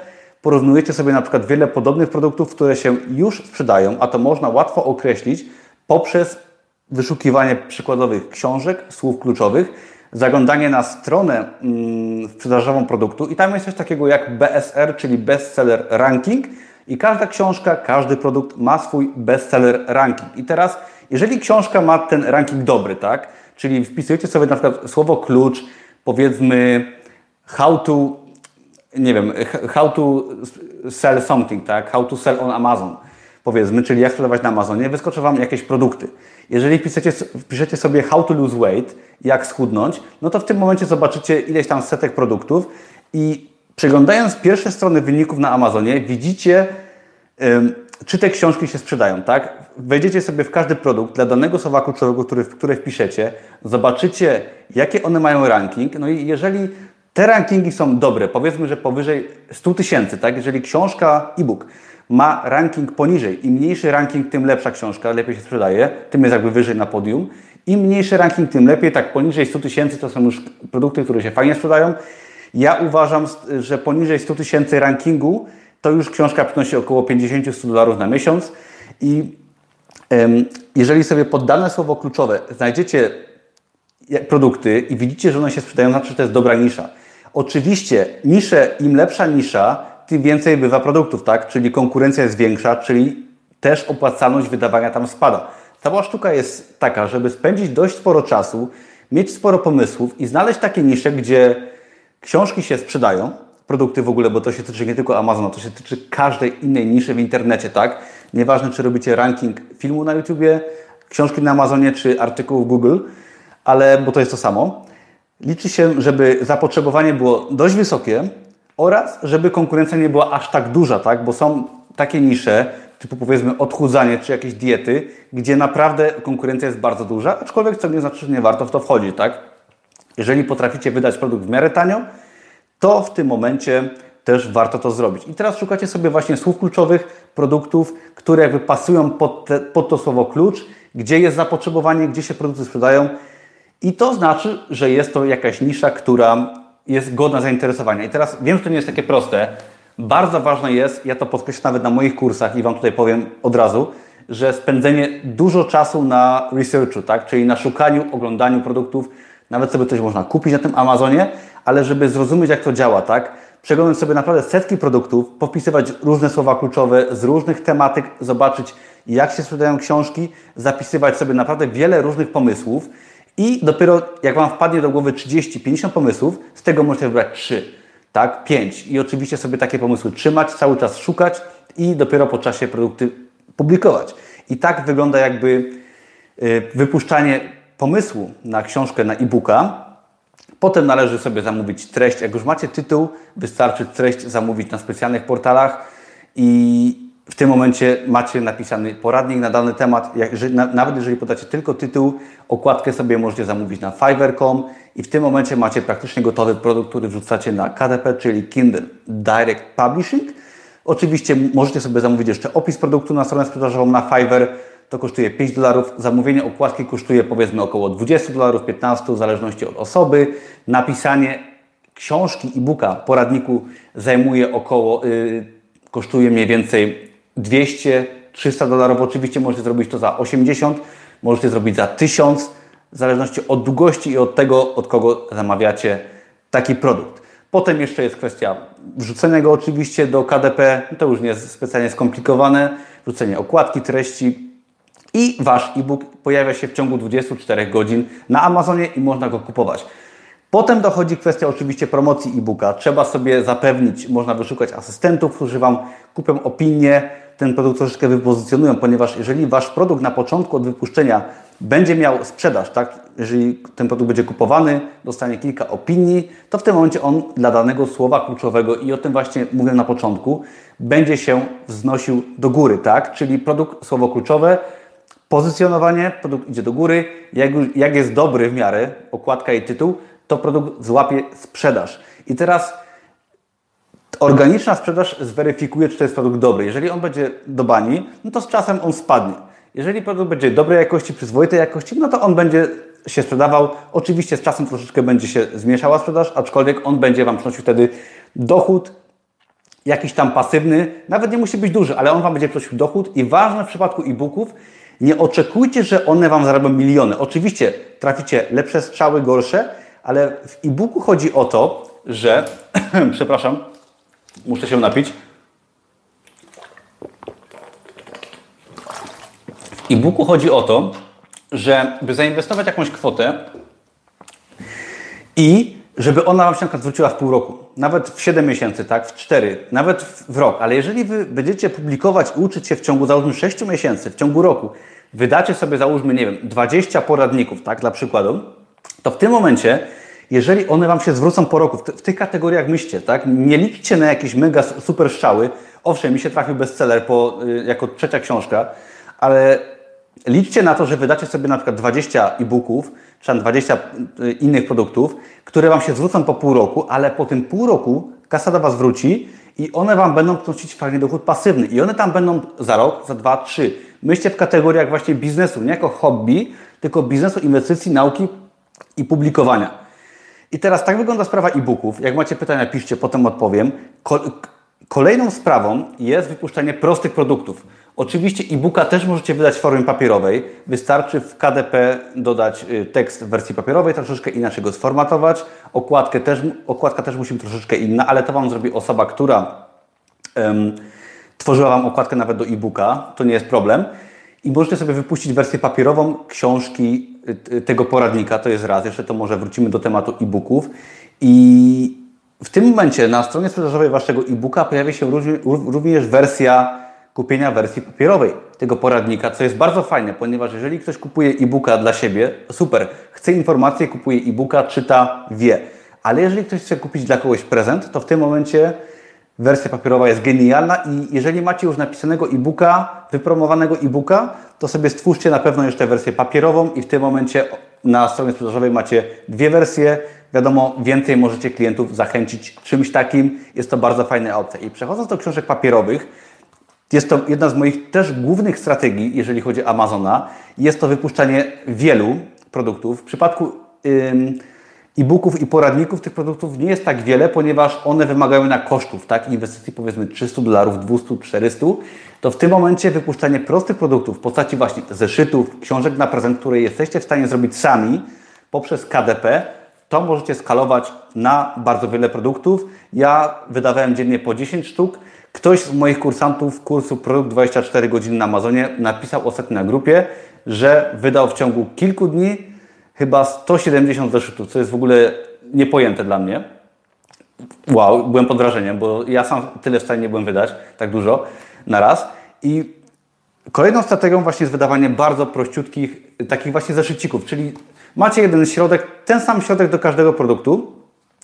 porównujecie sobie na przykład wiele podobnych produktów, które się już sprzedają, a to można łatwo określić poprzez wyszukiwanie przykładowych książek, słów kluczowych, zaglądanie na stronę mm, sprzedażową produktu i tam jest coś takiego jak B S R, czyli Bestseller Ranking i każda książka, każdy produkt ma swój bestseller ranking. I teraz, jeżeli książka ma ten ranking dobry, tak, czyli wpisujecie sobie na przykład słowo klucz, powiedzmy how to, nie wiem, how to sell something, tak, how to sell on Amazon, powiedzmy, czyli jak sprzedawać na Amazonie, wyskoczą Wam jakieś produkty. Jeżeli wpiszecie, wpiszecie sobie how to lose weight, jak schudnąć, no to w tym momencie zobaczycie ileś tam setek produktów i przeglądając pierwsze strony wyników na Amazonie, widzicie, ym, czy te książki się sprzedają, tak? Wejdziecie sobie w każdy produkt dla danego słowa kluczowego, który, które wpiszecie, zobaczycie, jakie one mają ranking, no i jeżeli te rankingi są dobre, powiedzmy, że powyżej stu tysięcy, tak? Jeżeli książka e-book ma ranking poniżej, im mniejszy ranking, tym lepsza książka, lepiej się sprzedaje, tym jest jakby wyżej na podium. Im mniejszy ranking, tym lepiej, tak poniżej stu tysięcy to są już produkty, które się fajnie sprzedają. Ja uważam, że poniżej stu tysięcy rankingu to już książka przynosi około pięćdziesiąt do stu dolarów na miesiąc i um, jeżeli sobie pod dane słowo kluczowe znajdziecie produkty i widzicie, że one się sprzedają, znaczy, że to jest dobra nisza. Oczywiście nisze, im lepsza nisza, tym więcej bywa produktów, tak? Czyli konkurencja jest większa, czyli też opłacalność wydawania tam spada. Cała sztuka jest taka, żeby spędzić dość sporo czasu, mieć sporo pomysłów i znaleźć takie nisze, gdzie książki się sprzedają, produkty w ogóle, bo to się tyczy nie tylko Amazona, to się tyczy każdej innej niszy w internecie, tak? Nieważne, czy robicie ranking filmu na YouTubie, książki na Amazonie, czy artykułów Google, ale, bo to jest to samo. Liczy się, żeby zapotrzebowanie było dość wysokie oraz, żeby konkurencja nie była aż tak duża, tak? Bo są takie nisze, typu powiedzmy odchudzanie, czy jakieś diety, gdzie naprawdę konkurencja jest bardzo duża, aczkolwiek co nie znaczy, że nie warto w to wchodzić, tak? Jeżeli potraficie wydać produkt w miarę tanio, to w tym momencie też warto to zrobić. I teraz szukacie sobie właśnie słów kluczowych, produktów, które jakby pasują pod, te, pod to słowo klucz, gdzie jest zapotrzebowanie, gdzie się produkty sprzedają i to znaczy, że jest to jakaś nisza, która jest godna zainteresowania. I teraz wiem, że to nie jest takie proste. Bardzo ważne jest, ja to podkreślam nawet na moich kursach i Wam tutaj powiem od razu, że spędzenie dużo czasu na researchu, tak? Czyli na szukaniu, oglądaniu produktów, nawet sobie coś można kupić na tym Amazonie, ale żeby zrozumieć, jak to działa, tak? Przeglądać sobie naprawdę setki produktów, popisywać różne słowa kluczowe z różnych tematyk, zobaczyć, jak się sprzedają książki, zapisywać sobie naprawdę wiele różnych pomysłów i dopiero jak Wam wpadnie do głowy trzydzieści pięćdziesiąt pomysłów, z tego możecie wybrać trzy, tak? pięć i oczywiście sobie takie pomysły trzymać, cały czas szukać i dopiero po czasie produkty publikować. I tak wygląda jakby wypuszczanie pomysłu na książkę, na e-booka. Potem należy sobie zamówić treść. Jak już macie tytuł, wystarczy treść zamówić na specjalnych portalach i w tym momencie macie napisany poradnik na dany temat. Jak, że, na, nawet jeżeli podacie tylko tytuł, okładkę sobie możecie zamówić na fiverr kropka com i w tym momencie macie praktycznie gotowy produkt, który wrzucacie na K D P, czyli Kindle Direct Publishing. Oczywiście możecie sobie zamówić jeszcze opis produktu na stronę sprzedażową na Fiverr. To kosztuje pięć dolarów. Zamówienie okładki kosztuje powiedzmy około dwadzieścia dolarów, piętnaście w zależności od osoby. Napisanie książki, e-booka, poradniku zajmuje około, yy, kosztuje mniej więcej dwieście do trzystu dolarów. Oczywiście możecie zrobić to za osiemdziesiąt, możecie zrobić za tysiąc, w zależności od długości i od tego, od kogo zamawiacie taki produkt. Potem jeszcze jest kwestia wrzucenia go oczywiście do K D P. To już nie jest specjalnie skomplikowane. Wrzucenie okładki, treści. I Wasz e-book pojawia się w ciągu dwudziestu czterech godzin na Amazonie i można go kupować. Potem dochodzi kwestia oczywiście promocji e-booka. Trzeba sobie zapewnić, można wyszukać asystentów, którzy Wam kupią opinię, ten produkt troszeczkę wypozycjonują, ponieważ jeżeli Wasz produkt na początku od wypuszczenia będzie miał sprzedaż, tak? Jeżeli ten produkt będzie kupowany, dostanie kilka opinii, to w tym momencie on dla danego słowa kluczowego i o tym właśnie mówię na początku, będzie się wznosił do góry, tak? Czyli produkt, słowo kluczowe, pozycjonowanie, produkt idzie do góry, jak, jak jest dobry w miarę, okładka i tytuł, to produkt złapie sprzedaż. I teraz organiczna sprzedaż zweryfikuje, czy to jest produkt dobry. Jeżeli on będzie do bani, no to z czasem on spadnie. Jeżeli produkt będzie dobrej jakości, przyzwoitej jakości, no to on będzie się sprzedawał. Oczywiście z czasem troszeczkę będzie się zmniejszała sprzedaż, aczkolwiek on będzie Wam przynosił wtedy dochód jakiś tam pasywny, nawet nie musi być duży, ale on Wam będzie przynosił dochód i ważne w przypadku e-booków, nie oczekujcie, że one Wam zarobią miliony. Oczywiście traficie lepsze strzały, gorsze, ale w e-booku chodzi o to, że, przepraszam, muszę się napić. W e-booku chodzi o to, że by zainwestować jakąś kwotę i żeby ona Wam się na przykład zwróciła w pół roku, nawet w siedem miesięcy, tak, w cztery, nawet w rok, ale jeżeli Wy będziecie publikować i uczyć się w ciągu, załóżmy, sześciu miesięcy, w ciągu roku, wydacie sobie, załóżmy, nie wiem, dwadzieścia poradników, tak, dla przykładu, to w tym momencie, jeżeli one Wam się zwrócą po roku, w, w tych kategoriach myślcie, tak, nie liczcie na jakieś mega super strzały, owszem, mi się trafił bestseller po, y, jako trzecia książka, ale liczcie na to, że wydacie sobie na przykład dwadzieścia e-booków, czy tam dwadzieścia innych produktów, które Wam się zwrócą po pół roku, ale po tym pół roku kasa do Was wróci i one Wam będą przynosić fajny dochód pasywny. I one tam będą za rok, za dwa, trzy. Myślcie w kategoriach właśnie biznesu, nie jako hobby, tylko biznesu, inwestycji, nauki i publikowania. I teraz tak wygląda sprawa e-booków. Jak macie pytania, piszcie, potem odpowiem. Kolejną sprawą jest wypuszczanie prostych produktów. Oczywiście e-booka też możecie wydać w formie papierowej. Wystarczy w K D P dodać tekst w wersji papierowej, troszeczkę inaczej go sformatować. Okładkę też, okładka też musi być troszeczkę inna, ale to Wam zrobi osoba, która um, tworzyła Wam okładkę nawet do e-booka. To nie jest problem. I możecie sobie wypuścić wersję papierową książki tego poradnika. To jest raz. Jeszcze to może wrócimy do tematu e-booków. I w tym momencie na stronie sprzedażowej Waszego e-booka pojawi się również wersja kupienia wersji papierowej tego poradnika, co jest bardzo fajne, ponieważ jeżeli ktoś kupuje e-booka dla siebie, super, chce informacje, kupuje e-booka, czyta, wie. Ale jeżeli ktoś chce kupić dla kogoś prezent, to w tym momencie wersja papierowa jest genialna i jeżeli macie już napisanego e-booka, wypromowanego e-booka, to sobie stwórzcie na pewno jeszcze wersję papierową i w tym momencie na stronie sprzedażowej macie dwie wersje. Wiadomo, więcej możecie klientów zachęcić czymś takim. Jest to bardzo fajna opcja. I przechodząc do książek papierowych, jest to jedna z moich też głównych strategii, jeżeli chodzi o Amazona. Jest to wypuszczanie wielu produktów. W przypadku ym, e-booków i poradników tych produktów nie jest tak wiele, ponieważ one wymagają na kosztów, tak? Inwestycji powiedzmy trzysta dolarów, dwieście, czterysta. To w tym momencie wypuszczanie prostych produktów w postaci właśnie zeszytów, książek na prezent, które jesteście w stanie zrobić sami poprzez K D P, to możecie skalować na bardzo wiele produktów. Ja wydawałem dziennie po dziesięć sztuk. Ktoś z moich kursantów kursu Produkt dwadzieścia cztery godziny na Amazonie napisał ostatnio na grupie, że wydał w ciągu kilku dni chyba sto siedemdziesiąt zeszytów, co jest w ogóle niepojęte dla mnie. Wow, byłem pod wrażeniem, bo ja sam tyle w stanie nie byłem wydać, tak dużo na raz. I kolejną strategią właśnie jest wydawanie bardzo prościutkich, takich właśnie zeszycików, czyli macie jeden środek, ten sam środek do każdego produktu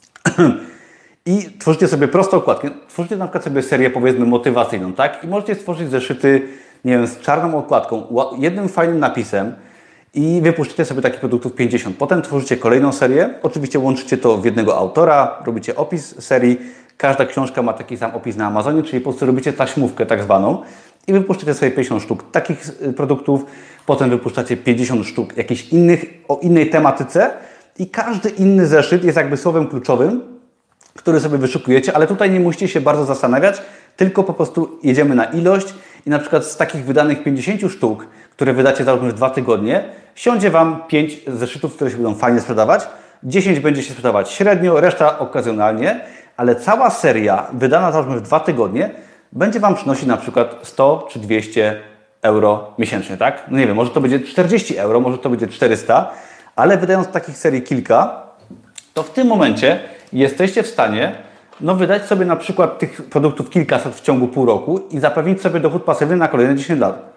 i tworzycie sobie prostą okładkę. Tworzycie na przykład sobie serię, powiedzmy, motywacyjną, tak? I możecie stworzyć zeszyty, nie wiem, z czarną okładką, jednym fajnym napisem i wypuszczycie sobie takich produktów pięćdziesiąt. Potem tworzycie kolejną serię, oczywiście łączycie to w jednego autora, robicie opis serii. Każda książka ma taki sam opis na Amazonie, czyli po prostu robicie taśmówkę tak zwaną i wypuszczacie sobie pięćdziesiąt sztuk takich produktów, potem wypuszczacie pięćdziesiąt sztuk jakichś innych, o innej tematyce i każdy inny zeszyt jest jakby słowem kluczowym, który sobie wyszukujecie, ale tutaj nie musicie się bardzo zastanawiać, tylko po prostu jedziemy na ilość i na przykład z takich wydanych pięćdziesięciu sztuk, które wydacie załóżmy w dwa tygodnie, siądzie Wam pięć zeszytów, które się będą fajnie sprzedawać, dziesięć będzie się sprzedawać średnio, reszta okazjonalnie, ale cała seria wydana załóżmy w dwa tygodnie będzie Wam przynosić na przykład sto czy dwieście euro miesięcznie, tak? No nie wiem, może to będzie czterdzieści euro, może to będzie czterysta, ale wydając takich serii kilka, to w tym momencie jesteście w stanie no, wydać sobie na przykład tych produktów kilkaset w ciągu pół roku i zapewnić sobie dochód pasywny na kolejne dziesięć lat.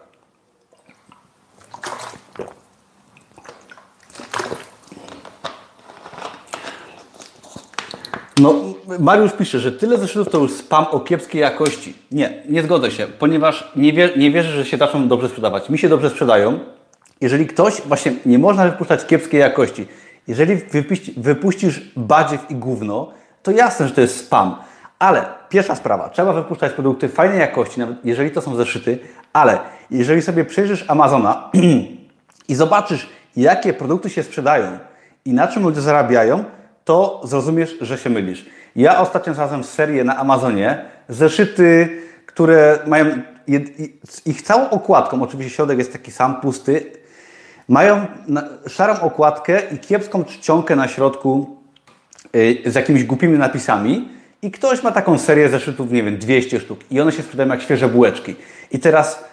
No, Mariusz pisze, że tyle zeszytów to już spam o kiepskiej jakości. Nie, nie zgodzę się, ponieważ nie, wie, nie wierzę, że się zaczną dobrze sprzedawać. Mi się dobrze sprzedają. Jeżeli ktoś, właśnie nie można wypuszczać kiepskiej jakości. Jeżeli wypuści, wypuścisz badziew i gówno, to jasne, że to jest spam. Ale pierwsza sprawa, trzeba wypuszczać produkty fajnej jakości, nawet jeżeli to są zeszyty, ale jeżeli sobie przejrzysz Amazona i zobaczysz, jakie produkty się sprzedają i na czym ludzie zarabiają, to zrozumiesz, że się mylisz. Ja ostatnio znalazłem serię na Amazonie, zeszyty, które mają ich całą okładką, oczywiście środek jest taki sam, pusty, mają szarą okładkę i kiepską czcionkę na środku z jakimiś głupimi napisami i ktoś ma taką serię zeszytów, nie wiem, dwieście sztuk i one się sprzedają jak świeże bułeczki. I teraz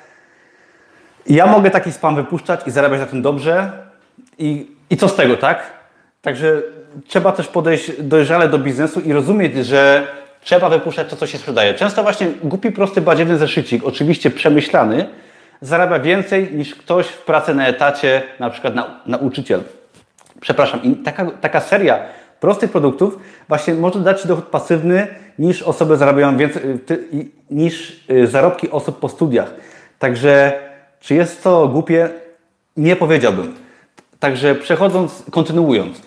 ja mogę taki spam wypuszczać i zarabiać na tym dobrze i, i co z tego, tak? Także trzeba też podejść dojrzale do biznesu i rozumieć, że trzeba wypuszczać to, co się sprzedaje. Często właśnie głupi, prosty, badziewny zeszycik, oczywiście przemyślany, zarabia więcej niż ktoś w pracy na etacie, na przykład na, nauczyciel. Przepraszam, i taka, taka seria prostych produktów właśnie może dać Ci dochód pasywny niż osoby zarabiają więcej, ty, niż zarobki osób po studiach. Także czy jest to głupie? Nie powiedziałbym. Także przechodząc, kontynuując.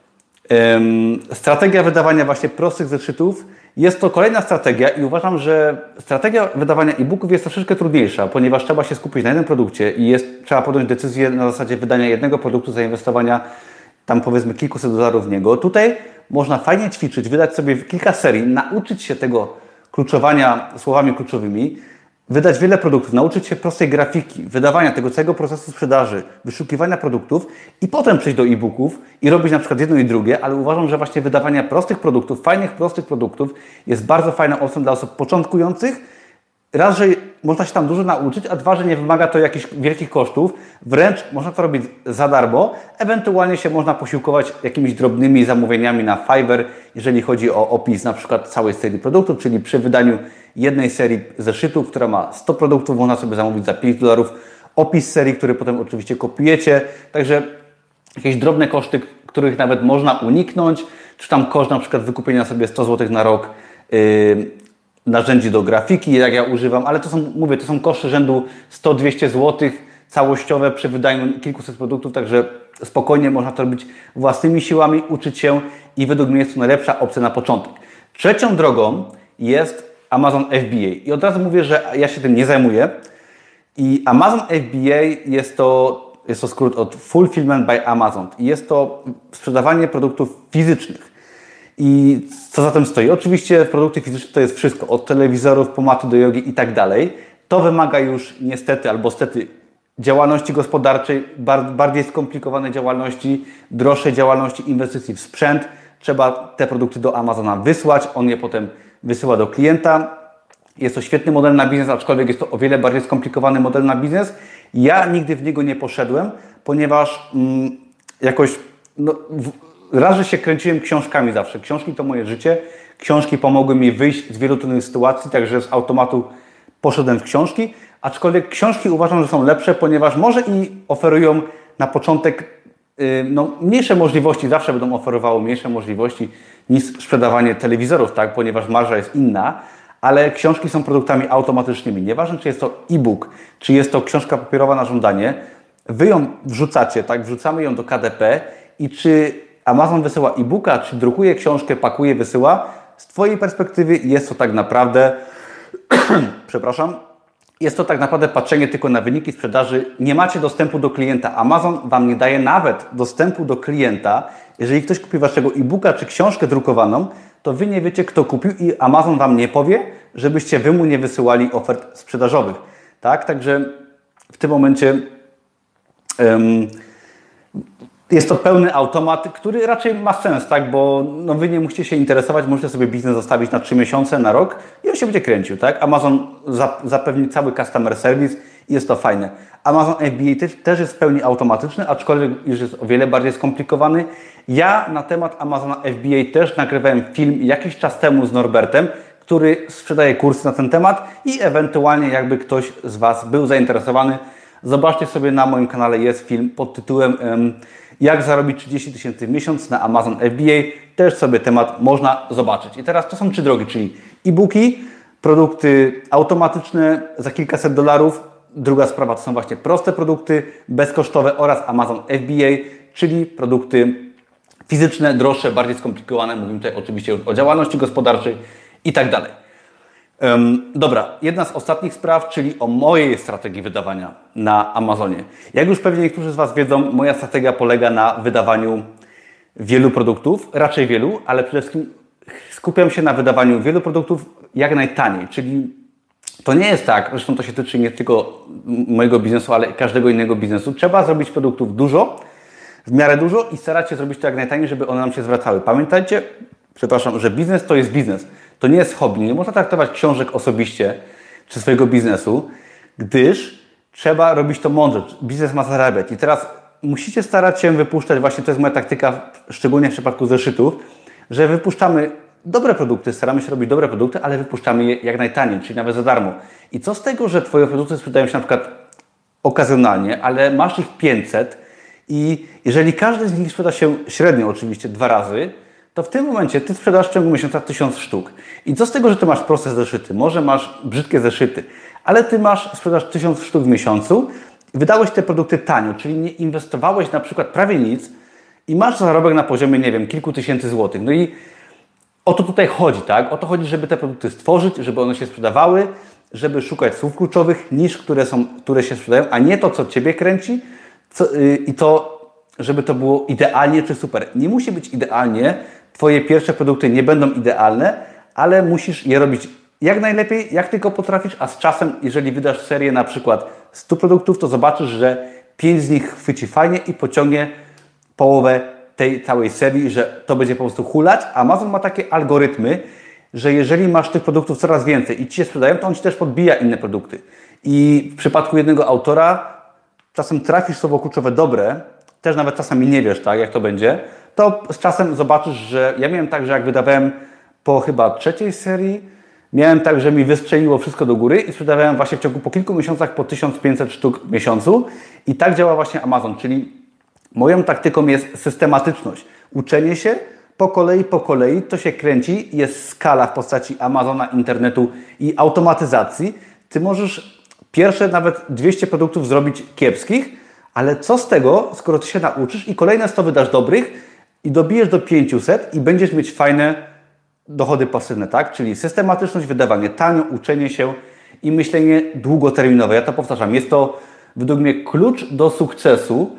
Ym, strategia wydawania właśnie prostych zeszytów jest to kolejna strategia i uważam, że strategia wydawania e-booków jest troszeczkę trudniejsza, ponieważ trzeba się skupić na jednym produkcie i jest, trzeba podjąć decyzję na zasadzie wydania jednego produktu, zainwestowania tam powiedzmy kilkuset dolarów w niego. Tutaj można fajnie ćwiczyć, wydać sobie kilka serii, nauczyć się tego kluczowania słowami kluczowymi, wydać wiele produktów, nauczyć się prostej grafiki, wydawania tego całego procesu sprzedaży, wyszukiwania produktów i potem przejść do e-booków i robić na przykład jedno i drugie, ale uważam, że właśnie wydawanie prostych produktów, fajnych, prostych produktów jest bardzo fajną opcją dla osób początkujących. Raz, że można się tam dużo nauczyć, a dwa, że nie wymaga to jakichś wielkich kosztów. Wręcz można to robić za darmo. Ewentualnie się można posiłkować jakimiś drobnymi zamówieniami na Fiverr, jeżeli chodzi o opis na przykład całej serii produktów, czyli przy wydaniu jednej serii zeszytów, która ma sto produktów, można sobie zamówić za pięć dolarów opis serii, który potem oczywiście kopiujecie. Także jakieś drobne koszty, których nawet można uniknąć, czy tam koszt na przykład wykupienia sobie sto złotych na rok yy, narzędzi do grafiki, jak ja używam, ale to są, mówię, to są koszty rzędu sto do dwiestu złotych całościowe przy wydaniu kilkuset produktów, także spokojnie można to robić własnymi siłami, uczyć się i według mnie jest to najlepsza opcja na początek. Trzecią drogą jest Amazon F B A i od razu mówię, że ja się tym nie zajmuję i Amazon F B A jest to, jest to skrót od Fulfillment by Amazon i jest to sprzedawanie produktów fizycznych. I co za tym stoi? Oczywiście produkty fizyczne to jest wszystko, od telewizorów, pomady do jogi i tak dalej. To wymaga już niestety albo stety działalności gospodarczej, bardziej skomplikowanej działalności, droższej działalności, inwestycji w sprzęt. Trzeba te produkty do Amazona wysłać, on je potem wysyła do klienta. Jest to świetny model na biznes, aczkolwiek jest to o wiele bardziej skomplikowany model na biznes. Ja nigdy w niego nie poszedłem, ponieważ mm, jakoś no, w, raz, że się kręciłem książkami zawsze. Książki to moje życie. Książki pomogły mi wyjść z wielu trudnych sytuacji, także z automatu poszedłem w książki. Aczkolwiek książki uważam, że są lepsze, ponieważ może i oferują na początek yy, no, mniejsze możliwości, zawsze będą oferowały mniejsze możliwości niż sprzedawanie telewizorów, tak? Ponieważ marża jest inna, ale książki są produktami automatycznymi. Nieważne, czy jest to e-book, czy jest to książka papierowa na żądanie, wy ją wrzucacie, tak? Wrzucamy ją do K D P i czy Amazon wysyła e-booka, czy drukuje książkę, pakuje, wysyła, z Twojej perspektywy jest to tak naprawdę, przepraszam, jest to tak naprawdę patrzenie tylko na wyniki sprzedaży. Nie macie dostępu do klienta. Amazon Wam nie daje nawet dostępu do klienta. Jeżeli ktoś kupi Waszego e-booka czy książkę drukowaną, to Wy nie wiecie, kto kupił i Amazon Wam nie powie, żebyście Wy mu nie wysyłali ofert sprzedażowych. Tak? Także w tym momencie um, jest to pełny automat, który raczej ma sens, tak? Bo no, Wy nie musicie się interesować, możecie sobie biznes zostawić na trzy miesiące, na rok i on się będzie kręcił. Tak? Amazon zapewni cały customer service i jest to fajne. Amazon F B A też, też jest w pełni automatyczny, aczkolwiek już jest o wiele bardziej skomplikowany. Ja na temat Amazona F B A też nagrywałem film jakiś czas temu z Norbertem, który sprzedaje kursy na ten temat i ewentualnie jakby ktoś z Was był zainteresowany, zobaczcie sobie, na moim kanale jest film pod tytułem um, jak zarobić trzydzieści tysięcy w miesiąc na Amazon F B A. Też sobie temat można zobaczyć. I teraz to są trzy drogi, czyli e-booki, produkty automatyczne za kilkaset dolarów. Druga sprawa to są właśnie proste produkty, bezkosztowe oraz Amazon F B A, czyli produkty fizyczne, droższe, bardziej skomplikowane. Mówimy tutaj oczywiście o działalności gospodarczej i tak dalej. Um, dobra, jedna z ostatnich spraw, czyli o mojej strategii wydawania na Amazonie. Jak już pewnie niektórzy z Was wiedzą, moja strategia polega na wydawaniu wielu produktów, raczej wielu, ale przede wszystkim skupiam się na wydawaniu wielu produktów jak najtaniej, czyli to nie jest tak, zresztą to się tyczy nie tylko mojego biznesu, ale każdego innego biznesu. Trzeba zrobić produktów dużo, w miarę dużo i starać się zrobić to jak najtaniej, żeby one nam się zwracały. Pamiętajcie, przepraszam, że biznes to jest biznes. To nie jest hobby. Nie można traktować książek osobiście czy swojego biznesu, gdyż trzeba robić to mądrze. Biznes ma zarabiać. I teraz musicie starać się wypuszczać, właśnie to jest moja taktyka, szczególnie w przypadku zeszytów, że wypuszczamy dobre produkty, staramy się robić dobre produkty, ale wypuszczamy je jak najtaniej, czyli nawet za darmo. I co z tego, że Twoje produkty sprzedają się na przykład okazjonalnie, ale masz ich pięćset i jeżeli każdy z nich sprzeda się średnio oczywiście dwa razy, to w tym momencie Ty sprzedasz w ciągu miesiąca tysiąc sztuk. I co z tego, że Ty masz proste zeszyty, może masz brzydkie zeszyty, ale Ty masz, sprzedasz tysiąc sztuk w miesiącu i wydałeś te produkty tanio, czyli nie inwestowałeś na przykład prawie nic i masz zarobek na poziomie, nie wiem, kilku tysięcy złotych. No i o to tutaj chodzi, tak? O to chodzi, żeby te produkty stworzyć, żeby one się sprzedawały, żeby szukać słów kluczowych, nisz, które, są, które się sprzedają, a nie to, co Ciebie kręci co, yy, i to, żeby to było idealnie czy super. Nie musi być idealnie, Twoje pierwsze produkty nie będą idealne, ale musisz je robić jak najlepiej, jak tylko potrafisz, a z czasem, jeżeli wydasz serię na przykład stu produktów, to zobaczysz, że pięć z nich chwyci fajnie i pociągnie połowę tej całej serii, że to będzie po prostu hulać. Amazon ma takie algorytmy, że jeżeli masz tych produktów coraz więcej i Ci się sprzedają, to on Ci też podbija inne produkty. I w przypadku jednego autora czasem trafisz słowo kluczowe dobre, też nawet czasami nie wiesz, tak, jak to będzie, to z czasem zobaczysz, że ja miałem tak, że jak wydawałem po chyba trzeciej serii, miałem tak, że mi wystrzeliło wszystko do góry i sprzedawałem właśnie w ciągu po kilku miesiącach po tysiąc pięćset sztuk w miesiącu i tak działa właśnie Amazon, czyli moją taktyką jest systematyczność. Uczenie się po kolei, po kolei, to się kręci, jest skala w postaci Amazona, internetu i automatyzacji. Ty możesz pierwsze nawet dwieście produktów zrobić kiepskich, ale co z tego, skoro Ty się nauczysz i kolejne sto wydasz dobrych i dobijesz do pięciuset i będziesz mieć fajne dochody pasywne, tak? Czyli systematyczność, wydawanie tanio, uczenie się i myślenie długoterminowe. Ja to powtarzam, jest to według mnie klucz do sukcesu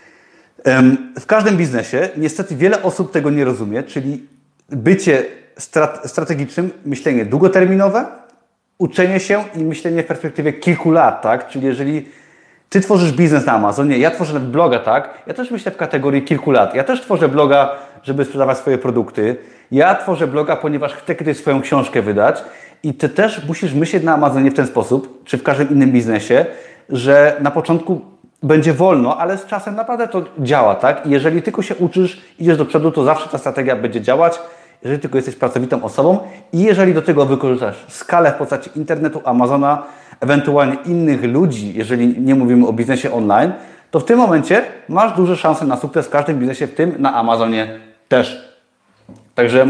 w każdym biznesie. Niestety wiele osób tego nie rozumie, czyli bycie strategicznym, myślenie długoterminowe, uczenie się i myślenie w perspektywie kilku lat, tak? Czyli jeżeli Ty tworzysz biznes na Amazonie, ja tworzę bloga, tak? Ja też myślę w kategorii kilku lat. Ja też tworzę bloga, żeby sprzedawać swoje produkty. Ja tworzę bloga, ponieważ chcę kiedyś swoją książkę wydać i Ty też musisz myśleć na Amazonie w ten sposób, czy w każdym innym biznesie, że na początku będzie wolno, ale z czasem naprawdę to działa, tak? I jeżeli tylko się uczysz, idziesz do przodu, to zawsze ta strategia będzie działać, jeżeli tylko jesteś pracowitą osobą i jeżeli do tego wykorzystasz skalę w postaci internetu, Amazona, ewentualnie innych ludzi, jeżeli nie mówimy o biznesie online, to w tym momencie masz duże szanse na sukces w każdym biznesie, w tym na Amazonie też. Także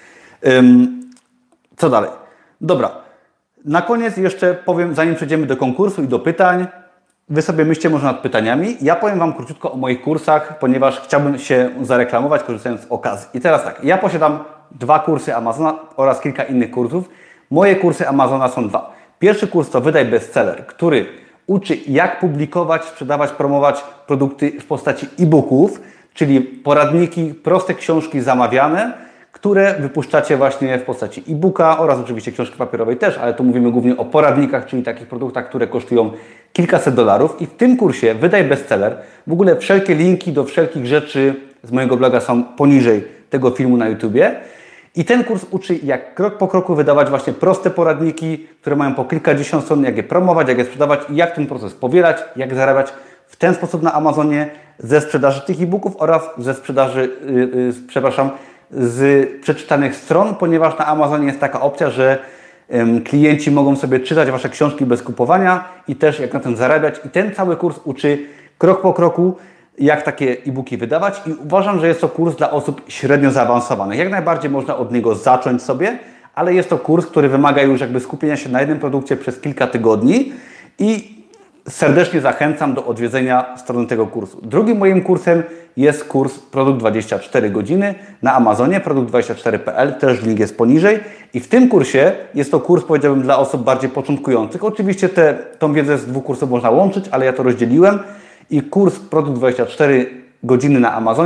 ym, co dalej? Dobra, na koniec jeszcze powiem, zanim przejdziemy do konkursu i do pytań, Wy sobie myślcie może nad pytaniami. Ja powiem Wam króciutko o moich kursach, ponieważ chciałbym się zareklamować, korzystając z okazji. I teraz tak, ja posiadam dwa kursy Amazona oraz kilka innych kursów. Moje kursy Amazona są dwa. Pierwszy kurs to Wydaj Bestseller, który uczy, jak publikować, sprzedawać, promować produkty w postaci e-booków, czyli poradniki, proste książki zamawiane, które wypuszczacie właśnie w postaci e-booka oraz oczywiście książki papierowej też, ale tu mówimy głównie o poradnikach, czyli takich produktach, które kosztują kilkaset dolarów. I w tym kursie Wydaj Bestseller, w ogóle wszelkie linki do wszelkich rzeczy z mojego bloga są poniżej tego filmu na YouTubie. I ten kurs uczy, jak krok po kroku wydawać właśnie proste poradniki, które mają po kilkadziesiąt stron, jak je promować, jak je sprzedawać i jak ten proces powielać, jak zarabiać w ten sposób na Amazonie ze sprzedaży tych e-booków oraz ze sprzedaży, yy, yy, przepraszam, z przeczytanych stron, ponieważ na Amazonie jest taka opcja, że ym, klienci mogą sobie czytać Wasze książki bez kupowania i też jak na tym zarabiać. I ten cały kurs uczy krok po kroku, jak takie e-booki wydawać i uważam, że jest to kurs dla osób średnio zaawansowanych. Jak najbardziej można od niego zacząć sobie, ale jest to kurs, który wymaga już jakby skupienia się na jednym produkcie przez kilka tygodni i serdecznie zachęcam do odwiedzenia strony tego kursu. Drugim moim kursem jest kurs Produkt dwadzieścia cztery godziny na Amazonie, produkt dwadzieścia cztery kropka p l, też link jest poniżej. I w tym kursie jest to kurs, powiedziałbym, dla osób bardziej początkujących. Oczywiście te, tą wiedzę z dwóch kursów można łączyć, ale ja to rozdzieliłem. I kurs Produkt dwadzieścia cztery godziny na Amazonie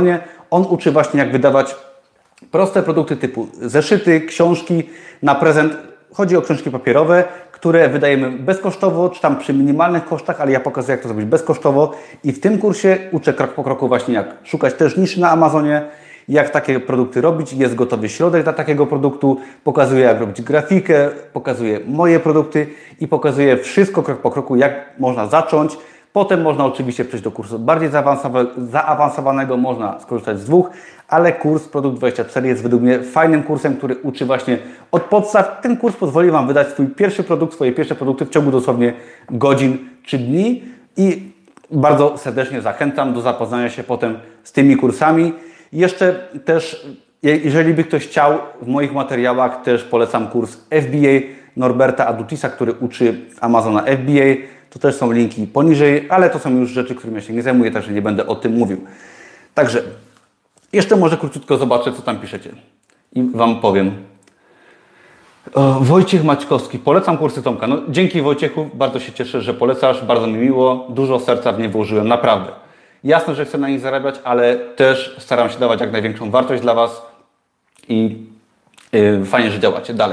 On uczy właśnie, jak wydawać proste produkty typu zeszyty, książki na prezent. Chodzi o książki papierowe, które wydajemy bezkosztowo, czy tam przy minimalnych kosztach, ale ja pokazuję, jak to zrobić bezkosztowo. I w tym kursie uczę krok po kroku właśnie, jak szukać też niszy na Amazonie, jak takie produkty robić. Jest gotowy środek dla takiego produktu. Pokazuję, jak robić grafikę, pokazuję moje produkty i pokazuję wszystko krok po kroku, jak można zacząć. Potem można oczywiście przejść do kursu bardziej zaawansowanego, można skorzystać z dwóch, ale kurs Produkt dwadzieścia cztery jest według mnie fajnym kursem, który uczy właśnie od podstaw. Ten kurs pozwoli Wam wydać swój pierwszy produkt, swoje pierwsze produkty w ciągu dosłownie godzin czy dni i bardzo serdecznie zachęcam do zapoznania się potem z tymi kursami. Jeszcze też, jeżeli by ktoś chciał, w moich materiałach też polecam kurs F B A Norberta Adutisa, który uczy Amazona F B A. To też są linki poniżej, ale to są już rzeczy, którymi ja się nie zajmuję, także nie będę o tym mówił. Także jeszcze może króciutko zobaczę, co tam piszecie i Wam powiem. O, Wojciech Maćkowski, polecam kursy Tomka. No, dzięki Wojciechu, bardzo się cieszę, że polecasz, bardzo mi miło, dużo serca w nie włożyłem, naprawdę. Jasne, że chcę na nich zarabiać, ale też staram się dawać jak największą wartość dla Was i yy, fajnie, że działacie. Dalej.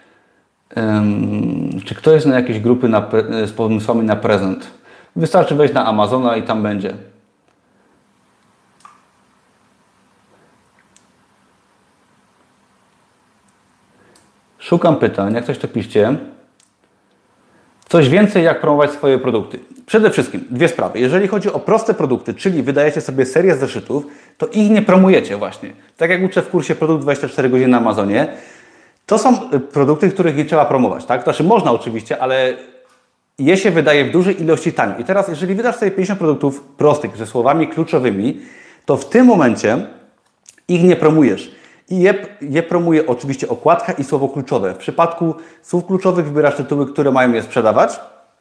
Um, czy ktoś zna jakieś grupy na, z pomysłami na prezent? Wystarczy wejść na Amazona i tam będzie. Szukam pytań, jak coś to piszcie. Coś więcej, jak promować swoje produkty. Przede wszystkim dwie sprawy. Jeżeli chodzi o proste produkty, czyli wydajecie sobie serię zeszytów, to ich nie promujecie właśnie. Tak jak uczę w kursie Produkt dwadzieścia cztery godziny na Amazonie, to są produkty, których nie trzeba promować, tak? Znaczy można oczywiście, ale je się wydaje w dużej ilości tanio. I teraz, jeżeli wydasz sobie pięćdziesiąt produktów prostych, ze słowami kluczowymi, to w tym momencie ich nie promujesz. I je, je promuje oczywiście okładka i słowo kluczowe. W przypadku słów kluczowych wybierasz tytuły, które mają je sprzedawać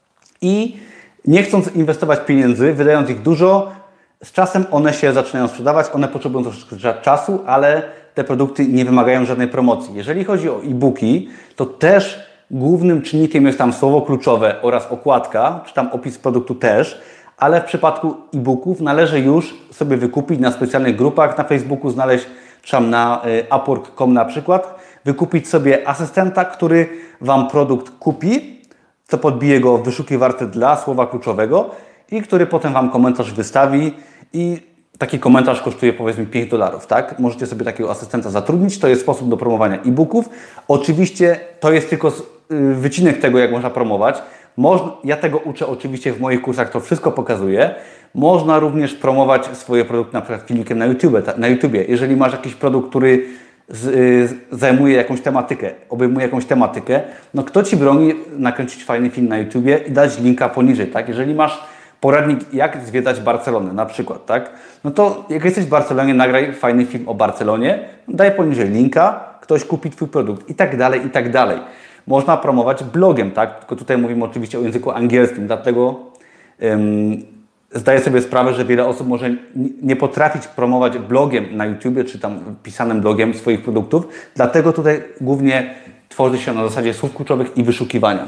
i nie chcąc inwestować pieniędzy, wydając ich dużo, z czasem one się zaczynają sprzedawać, one potrzebują troszeczkę czasu, ale te produkty nie wymagają żadnej promocji. Jeżeli chodzi o e-booki, to też głównym czynnikiem jest tam słowo kluczowe oraz okładka, czy tam opis produktu też, ale w przypadku e-booków należy już sobie wykupić na specjalnych grupach na Facebooku, znaleźć czy tam na upwork kropka com na przykład, wykupić sobie asystenta, który Wam produkt kupi, co podbije go w wyszukiwarce dla słowa kluczowego i który potem Wam komentarz wystawi i taki komentarz kosztuje powiedzmy pięć dolarów, tak? Możecie sobie takiego asystenta zatrudnić, to jest sposób do promowania e-booków. Oczywiście to jest tylko wycinek tego, jak można promować. Można, ja tego uczę oczywiście w moich kursach, to wszystko pokazuję. Można również promować swoje produkty na przykład filmikiem na YouTube, na YouTubie. Jeżeli masz jakiś produkt, który z, y, zajmuje jakąś tematykę, obejmuje jakąś tematykę, no kto Ci broni nakręcić fajny film na YouTubie i dać linka poniżej, tak? Jeżeli masz poradnik, jak zwiedzać Barcelonę na przykład, tak? No to jak jesteś w Barcelonie, nagraj fajny film o Barcelonie, daj poniżej linka, ktoś kupi Twój produkt i tak dalej, i tak dalej. Można promować blogiem, tak? Tylko tutaj mówimy oczywiście o języku angielskim, dlatego ym, zdaję sobie sprawę, że wiele osób może nie potrafić promować blogiem na YouTubie, czy tam pisanym blogiem swoich produktów, dlatego tutaj głównie tworzy się na zasadzie słów kluczowych i wyszukiwania.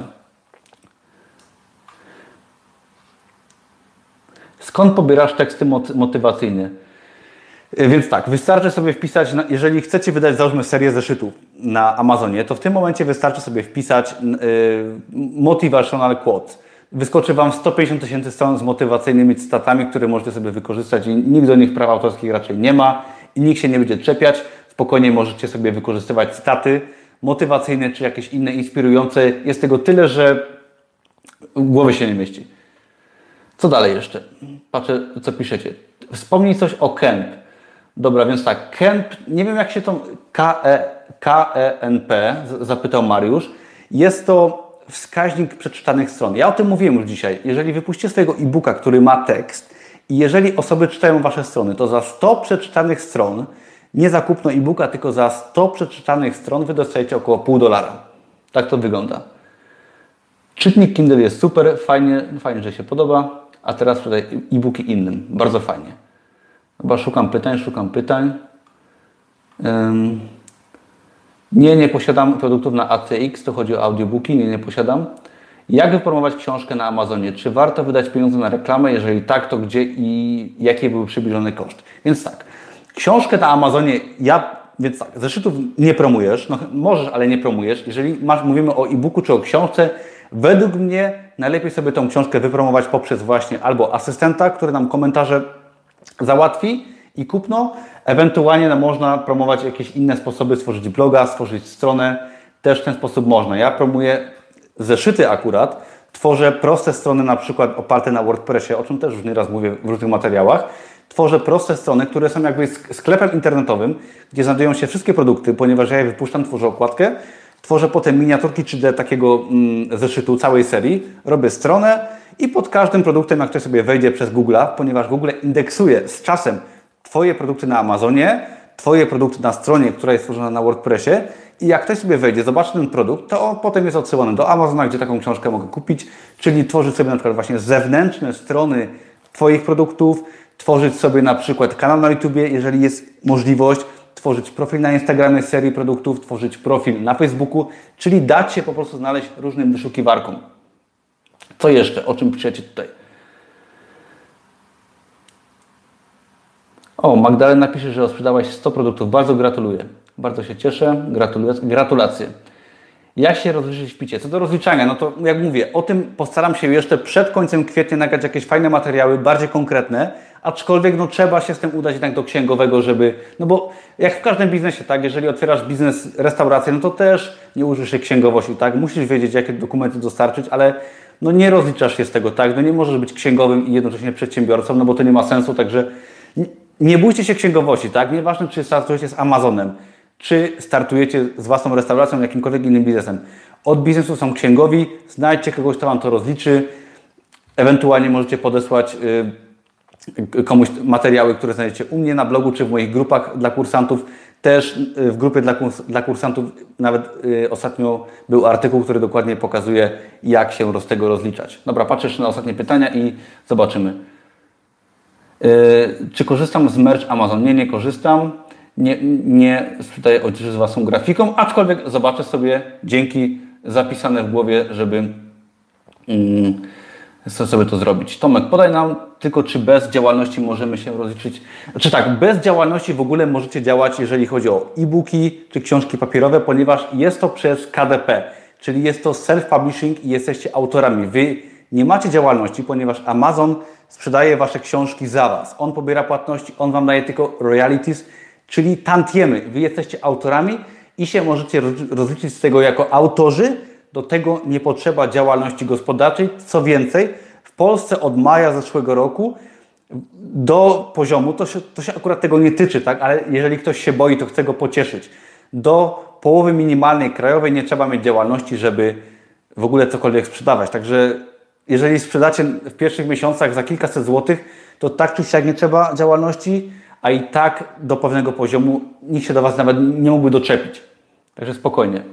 Skąd pobierasz teksty motywacyjne? Więc tak, wystarczy sobie wpisać, jeżeli chcecie wydać, załóżmy, serię zeszytów na Amazonie, to w tym momencie wystarczy sobie wpisać motivational quotes. Wyskoczy Wam sto pięćdziesiąt tysięcy stron z motywacyjnymi cytatami, które możecie sobie wykorzystać i nikt do nich praw autorskich raczej nie ma i nikt się nie będzie czepiać. Spokojnie możecie sobie wykorzystywać cytaty motywacyjne czy jakieś inne inspirujące. Jest tego tyle, że w głowie się nie mieści. Co dalej jeszcze? Patrzę, co piszecie. Wspomnij coś o Kemp. Dobra, więc tak, Kemp, nie wiem jak się to K E N P, zapytał Mariusz. Jest to wskaźnik przeczytanych stron. Ja o tym mówiłem już dzisiaj. Jeżeli wypuścicie swojego e-booka, który ma tekst i jeżeli osoby czytają Wasze strony, to za sto przeczytanych stron, nie za kupno e-booka, tylko za sto przeczytanych stron Wy dostajecie około pół dolara. Tak to wygląda. Czytnik Kindle jest super, fajnie, fajnie, że się podoba. A teraz tutaj e-booki innym. Bardzo fajnie. Chyba szukam pytań, szukam pytań. Um, nie, nie posiadam produktów na A C X, to chodzi o audiobooki, nie, nie posiadam. Jak wypromować książkę na Amazonie? Czy warto wydać pieniądze na reklamę? Jeżeli tak, to gdzie i jaki był przybliżony koszt? Więc tak, Książkę na Amazonie, ja, więc tak, zeszytów nie promujesz, no możesz, ale nie promujesz. Jeżeli masz, mówimy o e-booku czy o książce, według mnie najlepiej sobie tą książkę wypromować poprzez właśnie albo asystenta, który nam komentarze załatwi i kupno, ewentualnie no, można promować jakieś inne sposoby, stworzyć bloga, stworzyć stronę, też w ten sposób można. Ja promuję zeszyty akurat, tworzę proste strony na przykład oparte na WordPressie, o czym też już nieraz mówię w różnych materiałach. Tworzę proste strony, które są jakby sklepem internetowym, gdzie znajdują się wszystkie produkty, ponieważ ja je wypuszczam, tworzę okładkę, tworzę potem miniaturki trzy D takiego mm, zeszytu całej serii, robię stronę i pod każdym produktem, jak ktoś sobie wejdzie przez Google'a, ponieważ Google indeksuje z czasem Twoje produkty na Amazonie, Twoje produkty na stronie, która jest stworzona na WordPressie i jak ktoś sobie wejdzie, zobaczy ten produkt, to on potem jest odsyłany do Amazona, gdzie taką książkę mogę kupić, czyli tworzyć sobie na przykład właśnie zewnętrzne strony Twoich produktów, tworzyć sobie na przykład kanał na YouTubie, jeżeli jest możliwość, tworzyć profil na Instagramie z serii produktów, tworzyć profil na Facebooku, czyli dać się po prostu znaleźć różnym wyszukiwarkom. Co jeszcze? O czym piszecie tutaj? O, Magdalena pisze, że sprzedałaś sto produktów. Bardzo gratuluję. Bardzo się cieszę. Gratuluję. Gratulacje. Jak się rozliczyć w picie? Co do rozliczania, no to jak mówię, o tym postaram się jeszcze przed końcem kwietnia nagrać jakieś fajne materiały, bardziej konkretne, aczkolwiek no trzeba się z tym udać jednak do księgowego, żeby, no bo jak w każdym biznesie, tak, jeżeli otwierasz biznes restauracji, no to też nie użysz się księgowości, tak, musisz wiedzieć, jakie dokumenty dostarczyć, ale no nie rozliczasz się z tego, tak, no nie możesz być księgowym i jednocześnie przedsiębiorcą, no bo to nie ma sensu, także nie, nie bójcie się księgowości, tak, nieważne czy startujecie z Amazonem, czy startujecie z własną restauracją, jakimkolwiek innym biznesem. Od biznesu są księgowi, znajdźcie kogoś, kto Wam to rozliczy, ewentualnie możecie podesłać y, komuś materiały, które znajdziecie u mnie na blogu, czy w moich grupach dla kursantów. Też y, w grupie dla, kurs, dla kursantów nawet y, ostatnio był artykuł, który dokładnie pokazuje, jak się z tego rozliczać. Dobra, patrzę jeszcze na ostatnie pytania i zobaczymy. Y, czy korzystam z merch Amazon? Nie, nie korzystam. Nie, nie sprzedaję odzieży z własną grafiką, aczkolwiek zobaczę sobie dzięki zapisane w głowie, żeby mm, sobie to zrobić. Tomek, podaj nam tylko, czy bez działalności możemy się rozliczyć. Znaczy tak, bez działalności w ogóle możecie działać, jeżeli chodzi o e-booki czy książki papierowe, ponieważ jest to przez K D P, czyli jest to self-publishing i jesteście autorami. Wy nie macie działalności, ponieważ Amazon sprzedaje Wasze książki za Was. On pobiera płatności, on Wam daje tylko royalties, czyli tantiemy. Wy jesteście autorami i się możecie rozliczyć z tego jako autorzy. Do tego nie potrzeba działalności gospodarczej. Co więcej, w Polsce od maja zeszłego roku do poziomu, to się, to się akurat tego nie tyczy, tak? Ale jeżeli ktoś się boi, to chce go pocieszyć. Do połowy minimalnej krajowej nie trzeba mieć działalności, żeby w ogóle cokolwiek sprzedawać. Także jeżeli sprzedacie w pierwszych miesiącach za kilkaset złotych, to tak czy siak nie trzeba działalności, a i tak do pewnego poziomu nikt się do Was nawet nie mógłby doczepić. Także spokojnie.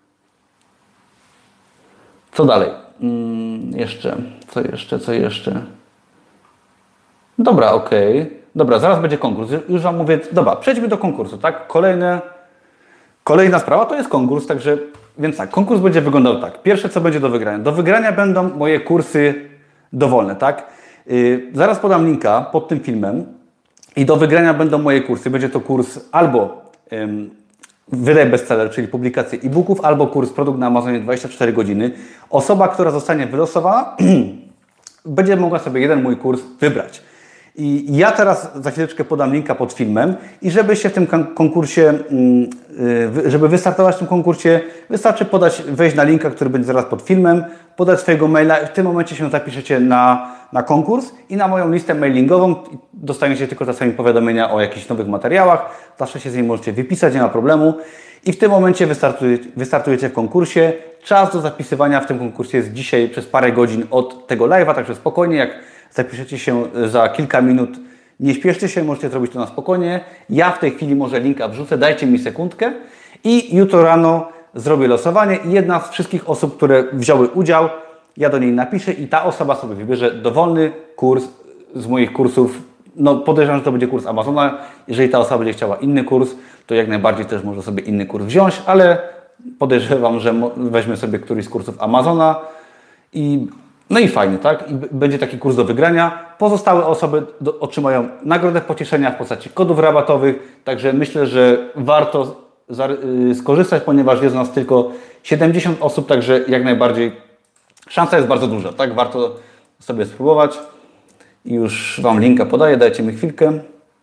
Co dalej? Hmm, jeszcze, co jeszcze, co jeszcze? Dobra, okej. Okay. Dobra, zaraz będzie konkurs. Już Wam mówię, dobra, przejdźmy do konkursu, tak? Kolejne, kolejna sprawa to jest konkurs, także, więc tak, konkurs będzie wyglądał tak. Pierwsze, co będzie do wygrania. Do wygrania będą moje kursy dowolne, tak? Yy, zaraz podam linka pod tym filmem. I do wygrania będą moje kursy. Będzie to kurs albo ym, Wydaj bestseller, czyli publikację e-booków, albo kurs Produkt na Amazonie dwadzieścia cztery godziny. Osoba, która zostanie wylosowana, będzie mogła sobie jeden mój kurs wybrać. I ja teraz za chwileczkę podam linka pod filmem i żeby się w tym konkursie, żeby wystartować w tym konkursie, wystarczy podać, wejść na linka, który będzie zaraz pod filmem, podać swojego maila i w tym momencie się zapiszecie na, na konkurs i na moją listę mailingową. Dostaniecie tylko czasami powiadomienia o jakichś nowych materiałach, zawsze się z niej możecie wypisać, nie ma problemu. I w tym momencie wystartujecie, wystartujecie w konkursie. Czas do zapisywania w tym konkursie jest dzisiaj przez parę godzin od tego live'a, także spokojnie, jak zapiszecie się za kilka minut, nie śpieszcie się, możecie zrobić to na spokojnie. Ja w tej chwili może linka wrzucę, dajcie mi sekundkę i jutro rano zrobię losowanie i jedna z wszystkich osób, które wzięły udział, ja do niej napiszę i ta osoba sobie wybierze dowolny kurs z moich kursów. No podejrzewam, że to będzie kurs Amazona. Jeżeli ta osoba będzie chciała inny kurs, to jak najbardziej też może sobie inny kurs wziąć, ale podejrzewam, że weźmie sobie któryś z kursów Amazona i No i fajnie, tak? I będzie taki kurs do wygrania. Pozostałe osoby do, otrzymają nagrodę pocieszenia w postaci kodów rabatowych, także myślę, że warto za, yy, skorzystać, ponieważ jest nas tylko siedemdziesiąt osób, także jak najbardziej szansa jest bardzo duża, tak? Warto sobie spróbować. I już Wam linka podaję, dajcie mi chwilkę.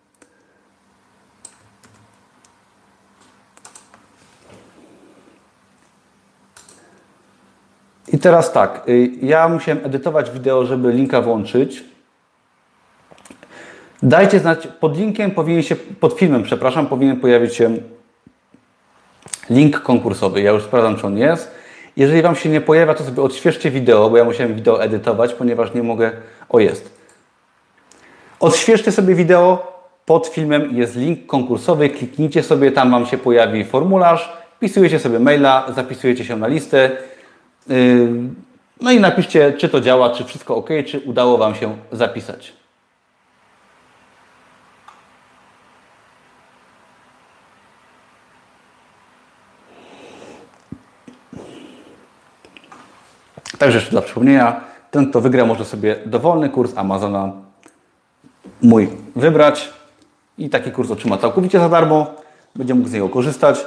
I teraz tak, ja musiałem edytować wideo, żeby linka włączyć. Dajcie znać, pod linkiem powinien się, pod filmem, przepraszam, powinien pojawić się link konkursowy. Ja już sprawdzam, czy on jest. Jeżeli Wam się nie pojawia, to sobie odświeżcie wideo, bo ja musiałem wideo edytować, ponieważ nie mogę... O, jest. Odświeżcie sobie wideo, pod filmem jest link konkursowy, kliknijcie sobie, tam Wam się pojawi formularz, wpisujecie sobie maila, zapisujecie się na listę. No i napiszcie, czy to działa, czy wszystko ok, czy udało Wam się zapisać. Także jeszcze dla przypomnienia, ten kto wygra może sobie dowolny kurs Amazona mój wybrać i taki kurs otrzyma całkowicie za darmo, będzie mógł z niego korzystać.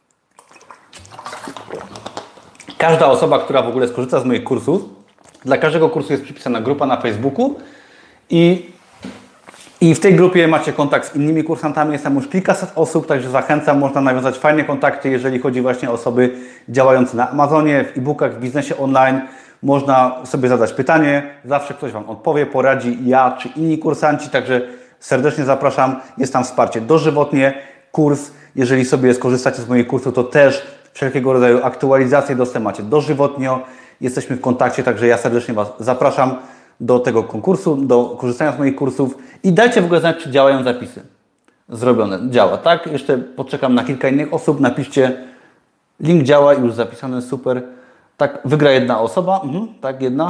Każda osoba, która w ogóle skorzysta z moich kursów, dla każdego kursu jest przypisana grupa na Facebooku i, i w tej grupie macie kontakt z innymi kursantami, jest tam już kilkaset osób, także zachęcam, można nawiązać fajne kontakty, jeżeli chodzi właśnie o osoby działające na Amazonie, w e-bookach, w biznesie online. Można sobie zadać pytanie, zawsze ktoś Wam odpowie, poradzi, ja czy inni kursanci, także serdecznie zapraszam, jest tam wsparcie dożywotnie, kurs, jeżeli sobie skorzystacie z moich kursów, to też wszelkiego rodzaju aktualizacje dostęp macie dożywotnio. Jesteśmy w kontakcie, także ja serdecznie Was zapraszam do tego konkursu, do korzystania z moich kursów i dajcie w ogóle znać, czy działają zapisy. Zrobione. Działa, tak? Jeszcze poczekam na kilka innych osób. Napiszcie, link działa, już zapisane, super. Tak, wygra jedna osoba. Mhm, tak, jedna.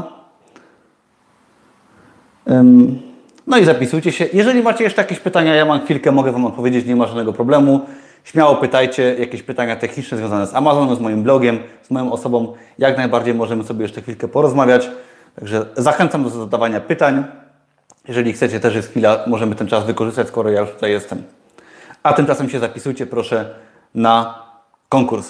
Um, no i zapisujcie się. Jeżeli macie jeszcze jakieś pytania, ja mam chwilkę, mogę Wam odpowiedzieć, nie ma żadnego problemu. Śmiało pytajcie, jakieś pytania techniczne związane z Amazonem, z moim blogiem, z moją osobą. Jak najbardziej możemy sobie jeszcze chwilkę porozmawiać. Także zachęcam do zadawania pytań. Jeżeli chcecie, też jest chwila, możemy ten czas wykorzystać, skoro ja już tutaj jestem. A tymczasem się zapisujcie proszę na konkurs.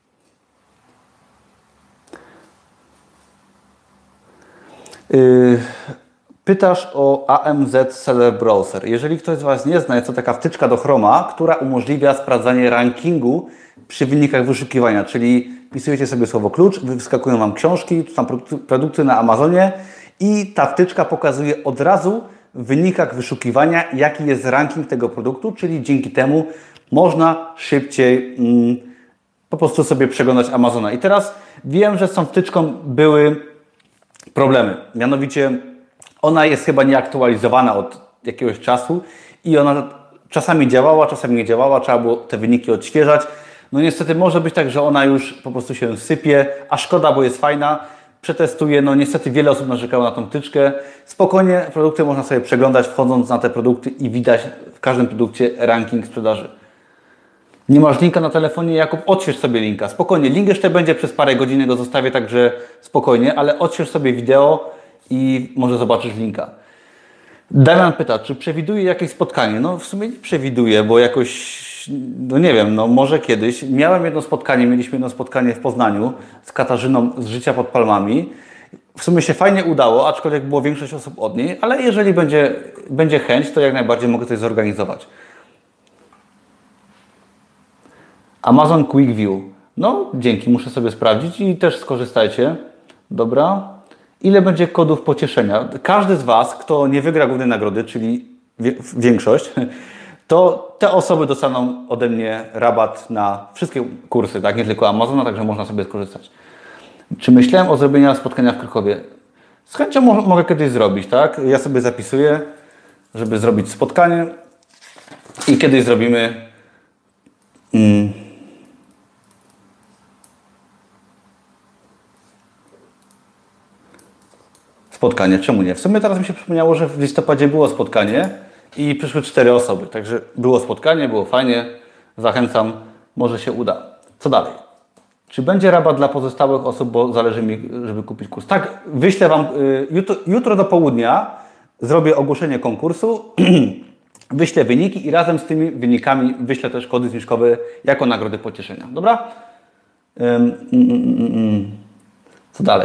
Yy, pytasz o A M Z Seller Browser. Jeżeli ktoś z Was nie zna, jest to taka wtyczka do Chroma, która umożliwia sprawdzanie rankingu przy wynikach wyszukiwania, czyli wpisujecie sobie słowo klucz, wyskakują Wam książki, czy tam produkty na Amazonie i ta wtyczka pokazuje od razu w wynikach wyszukiwania, jaki jest ranking tego produktu, czyli dzięki temu można szybciej mm, po prostu sobie przeglądać Amazona. I teraz wiem, że z tą wtyczką były problemy. Mianowicie ona jest chyba nieaktualizowana od jakiegoś czasu i ona czasami działała, czasami nie działała, trzeba było te wyniki odświeżać. No niestety może być tak, że ona już po prostu się sypie, a szkoda, bo jest fajna. Przetestuję, no niestety wiele osób narzekało na tą wtyczkę. Spokojnie produkty można sobie przeglądać, wchodząc na te produkty i widać w każdym produkcie ranking sprzedaży. Nie masz linka na telefonie, Jakub, odśwież sobie linka. Spokojnie, link jeszcze będzie przez parę godzin, go zostawię, także spokojnie, ale odśwież sobie wideo i może zobaczysz linka. Damian pyta, czy przewiduje jakieś spotkanie? No w sumie nie przewiduję, bo jakoś, no nie wiem, no może kiedyś. Miałem jedno spotkanie, mieliśmy jedno spotkanie w Poznaniu z Katarzyną z Życia pod Palmami. W sumie się fajnie udało, aczkolwiek było większość osób od niej, ale jeżeli będzie, będzie chęć, to jak najbardziej mogę coś zorganizować. Amazon Quick View. No dzięki, muszę sobie sprawdzić i też skorzystajcie. Dobra. Ile będzie kodów pocieszenia? Każdy z Was, kto nie wygra głównej nagrody, czyli większość, to te osoby dostaną ode mnie rabat na wszystkie kursy, tak? Nie tylko Amazona, także można sobie skorzystać. Czy myślałem o zrobieniu spotkania w Krakowie? Z chęcią mo mogę kiedyś zrobić, tak? Ja sobie zapisuję, żeby zrobić spotkanie i kiedyś zrobimy mm, spotkanie. Czemu nie? W sumie teraz mi się przypomniało, że w listopadzie było spotkanie i przyszły cztery osoby. Także było spotkanie, było fajnie. Zachęcam, może się uda. Co dalej? Czy będzie rabat dla pozostałych osób, bo zależy mi, żeby kupić kurs? Tak, wyślę Wam y, jutro, jutro do południa, zrobię ogłoszenie konkursu, wyślę wyniki i razem z tymi wynikami wyślę też kody zniżkowe jako nagrody pocieszenia. Dobra? Ym, mm, mm, mm. Co dalej?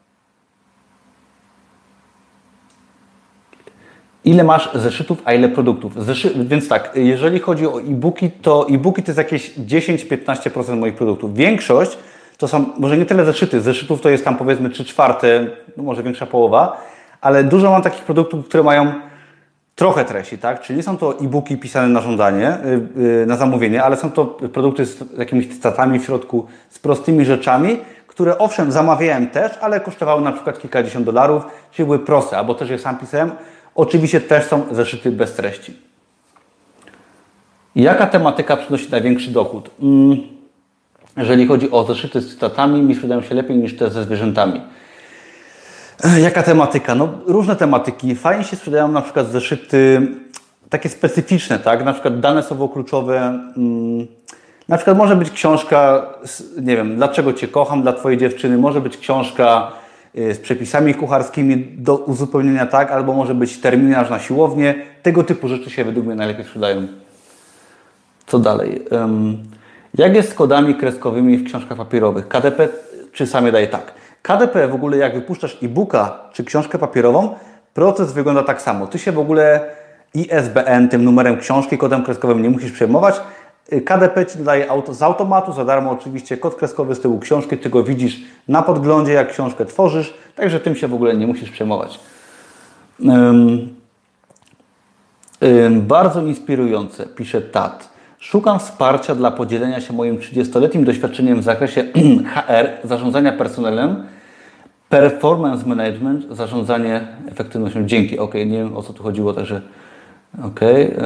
Ile masz zeszytów, a ile produktów? Zeszy... Więc tak, jeżeli chodzi o e-booki, to e-booki to jest jakieś dziesięć do piętnastu procent moich produktów. Większość to są, może nie tyle zeszyty, zeszytów to jest tam powiedzmy trzy czwarte, no może większa połowa, ale dużo mam takich produktów, które mają trochę treści, tak? Czyli nie są to e-booki pisane na żądanie, yy, yy, na zamówienie, ale są to produkty z jakimiś cytatami w środku, z prostymi rzeczami, które owszem zamawiałem też, ale kosztowały na przykład kilkadziesiąt dolarów, czyli były proste, albo też je sam pisałem. Oczywiście też są zeszyty bez treści. Jaka tematyka przynosi największy dochód? Hmm. Jeżeli chodzi o zeszyty z cytatami, mi sprzedają się lepiej niż te ze zwierzętami. Jaka tematyka? No różne tematyki. Fajnie się sprzedają na przykład zeszyty takie specyficzne, tak? Na przykład dane słowo-kluczowe. Hmm. Na przykład może być książka, nie wiem, dlaczego Cię kocham dla Twojej dziewczyny. Może być książka z przepisami kucharskimi do uzupełnienia, tak? Albo może być terminarz na siłownię. Tego typu rzeczy się według mnie najlepiej sprzedają. Co dalej? Um, jak jest z kodami kreskowymi w książkach papierowych? K D P czy same daje tak? K D P w ogóle jak wypuszczasz e-booka czy książkę papierową, proces wygląda tak samo. Ty się w ogóle I S B N, tym numerem książki, kodem kreskowym nie musisz przejmować. K D P Ci daje auto, z automatu, za darmo oczywiście kod kreskowy z tyłu książki, Ty go widzisz na podglądzie, jak książkę tworzysz, także tym się w ogóle nie musisz przejmować. Um, um, bardzo inspirujące, pisze Tat. Szukam wsparcia dla podzielenia się moim trzydziestoletnim doświadczeniem w zakresie H R, zarządzania personelem, performance management, zarządzanie efektywnością. Dzięki, ok, nie wiem o co tu chodziło, także ok.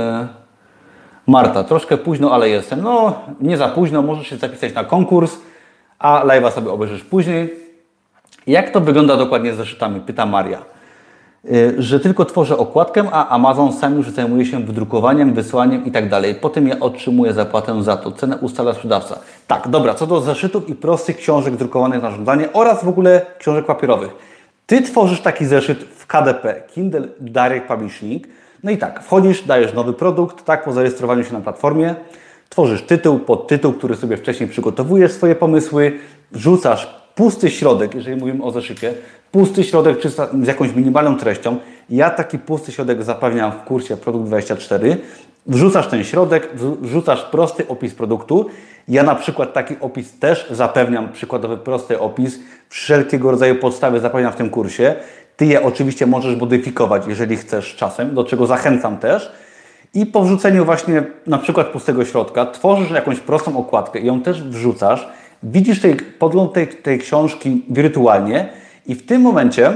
Marta, troszkę późno, ale jestem. No, nie za późno, możesz się zapisać na konkurs, a live'a sobie obejrzysz później. Jak to wygląda dokładnie z zeszytami? Pyta Maria. Yy, że tylko tworzę okładkę, a Amazon sam już zajmuje się wydrukowaniem, wysłaniem i tak dalej. Potem ja otrzymuję zapłatę za to. Cenę ustala sprzedawca. Tak, dobra, co do zeszytów i prostych książek drukowanych na żądanie oraz w ogóle książek papierowych. Ty tworzysz taki zeszyt w K D P, Kindle Direct Publishing. No i tak, wchodzisz, dajesz nowy produkt, tak, po zarejestrowaniu się na platformie, tworzysz tytuł, podtytuł, który sobie wcześniej przygotowujesz, swoje pomysły, wrzucasz pusty środek, jeżeli mówimy o zeszycie, pusty środek czysta, z jakąś minimalną treścią. Ja taki pusty środek zapewniam w kursie Produkt dwadzieścia cztery. Wrzucasz ten środek, wrzucasz prosty opis produktu. Ja na przykład taki opis też zapewniam, przykładowy prosty opis, wszelkiego rodzaju podstawy zapewniam w tym kursie. Ty je oczywiście możesz modyfikować, jeżeli chcesz czasem, do czego zachęcam też. I po wrzuceniu właśnie na przykład pustego środka tworzysz jakąś prostą okładkę i ją też wrzucasz. Widzisz tej, podgląd tej, tej książki wirtualnie i w tym momencie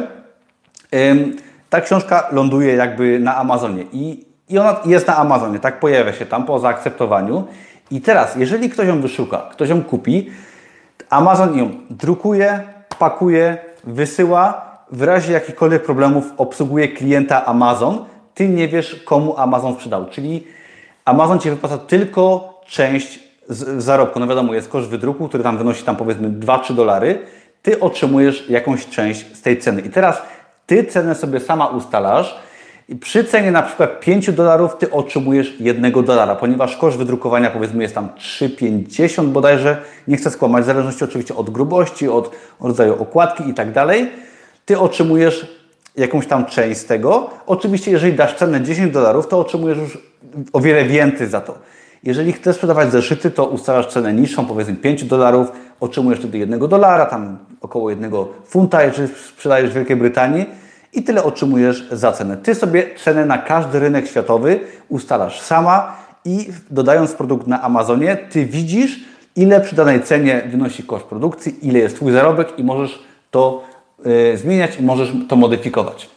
ym, ta książka ląduje jakby na Amazonie i, i ona jest na Amazonie, tak, pojawia się tam po zaakceptowaniu. I teraz, jeżeli ktoś ją wyszuka, ktoś ją kupi, Amazon ją drukuje, pakuje, wysyła. W razie jakichkolwiek problemów obsługuje klienta Amazon, Ty nie wiesz, komu Amazon sprzedał. Czyli Amazon Ci wypłaca tylko część z zarobku. No wiadomo, jest koszt wydruku, który tam wynosi tam powiedzmy dwa trzy dolary. Ty otrzymujesz jakąś część z tej ceny. I teraz Ty cenę sobie sama ustalasz i przy cenie na przykład pięć dolarów Ty otrzymujesz jednego dolara, ponieważ koszt wydrukowania powiedzmy jest tam trzy pięćdziesiąt bodajże, nie chcę skłamać, w zależności oczywiście od grubości, od rodzaju okładki i tak dalej. Ty otrzymujesz jakąś tam część z tego. Oczywiście, jeżeli dasz cenę dziesięć dolarów, to otrzymujesz już o wiele więcej za to. Jeżeli chcesz sprzedawać zeszyty, to ustalasz cenę niższą, powiedzmy pięć dolarów, otrzymujesz wtedy jednego dolara, tam około jednego funta, jeżeli sprzedajesz w Wielkiej Brytanii i tyle otrzymujesz za cenę. Ty sobie cenę na każdy rynek światowy ustalasz sama i dodając produkt na Amazonie, Ty widzisz, ile przy danej cenie wynosi koszt produkcji, ile jest Twój zarobek i możesz to yy, zmieniać i możesz to modyfikować.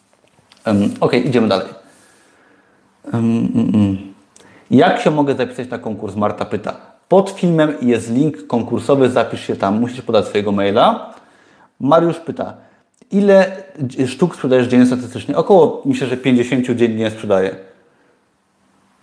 Um, ok, idziemy dalej. Um, um, um. Jak się mogę zapisać na konkurs? Marta pyta. Pod filmem jest link konkursowy, zapisz się tam, musisz podać swojego maila. Mariusz pyta, ile sztuk sprzedajesz dziennie statystycznie? Około, myślę, że pięćdziesiąt dziennie sprzedaję.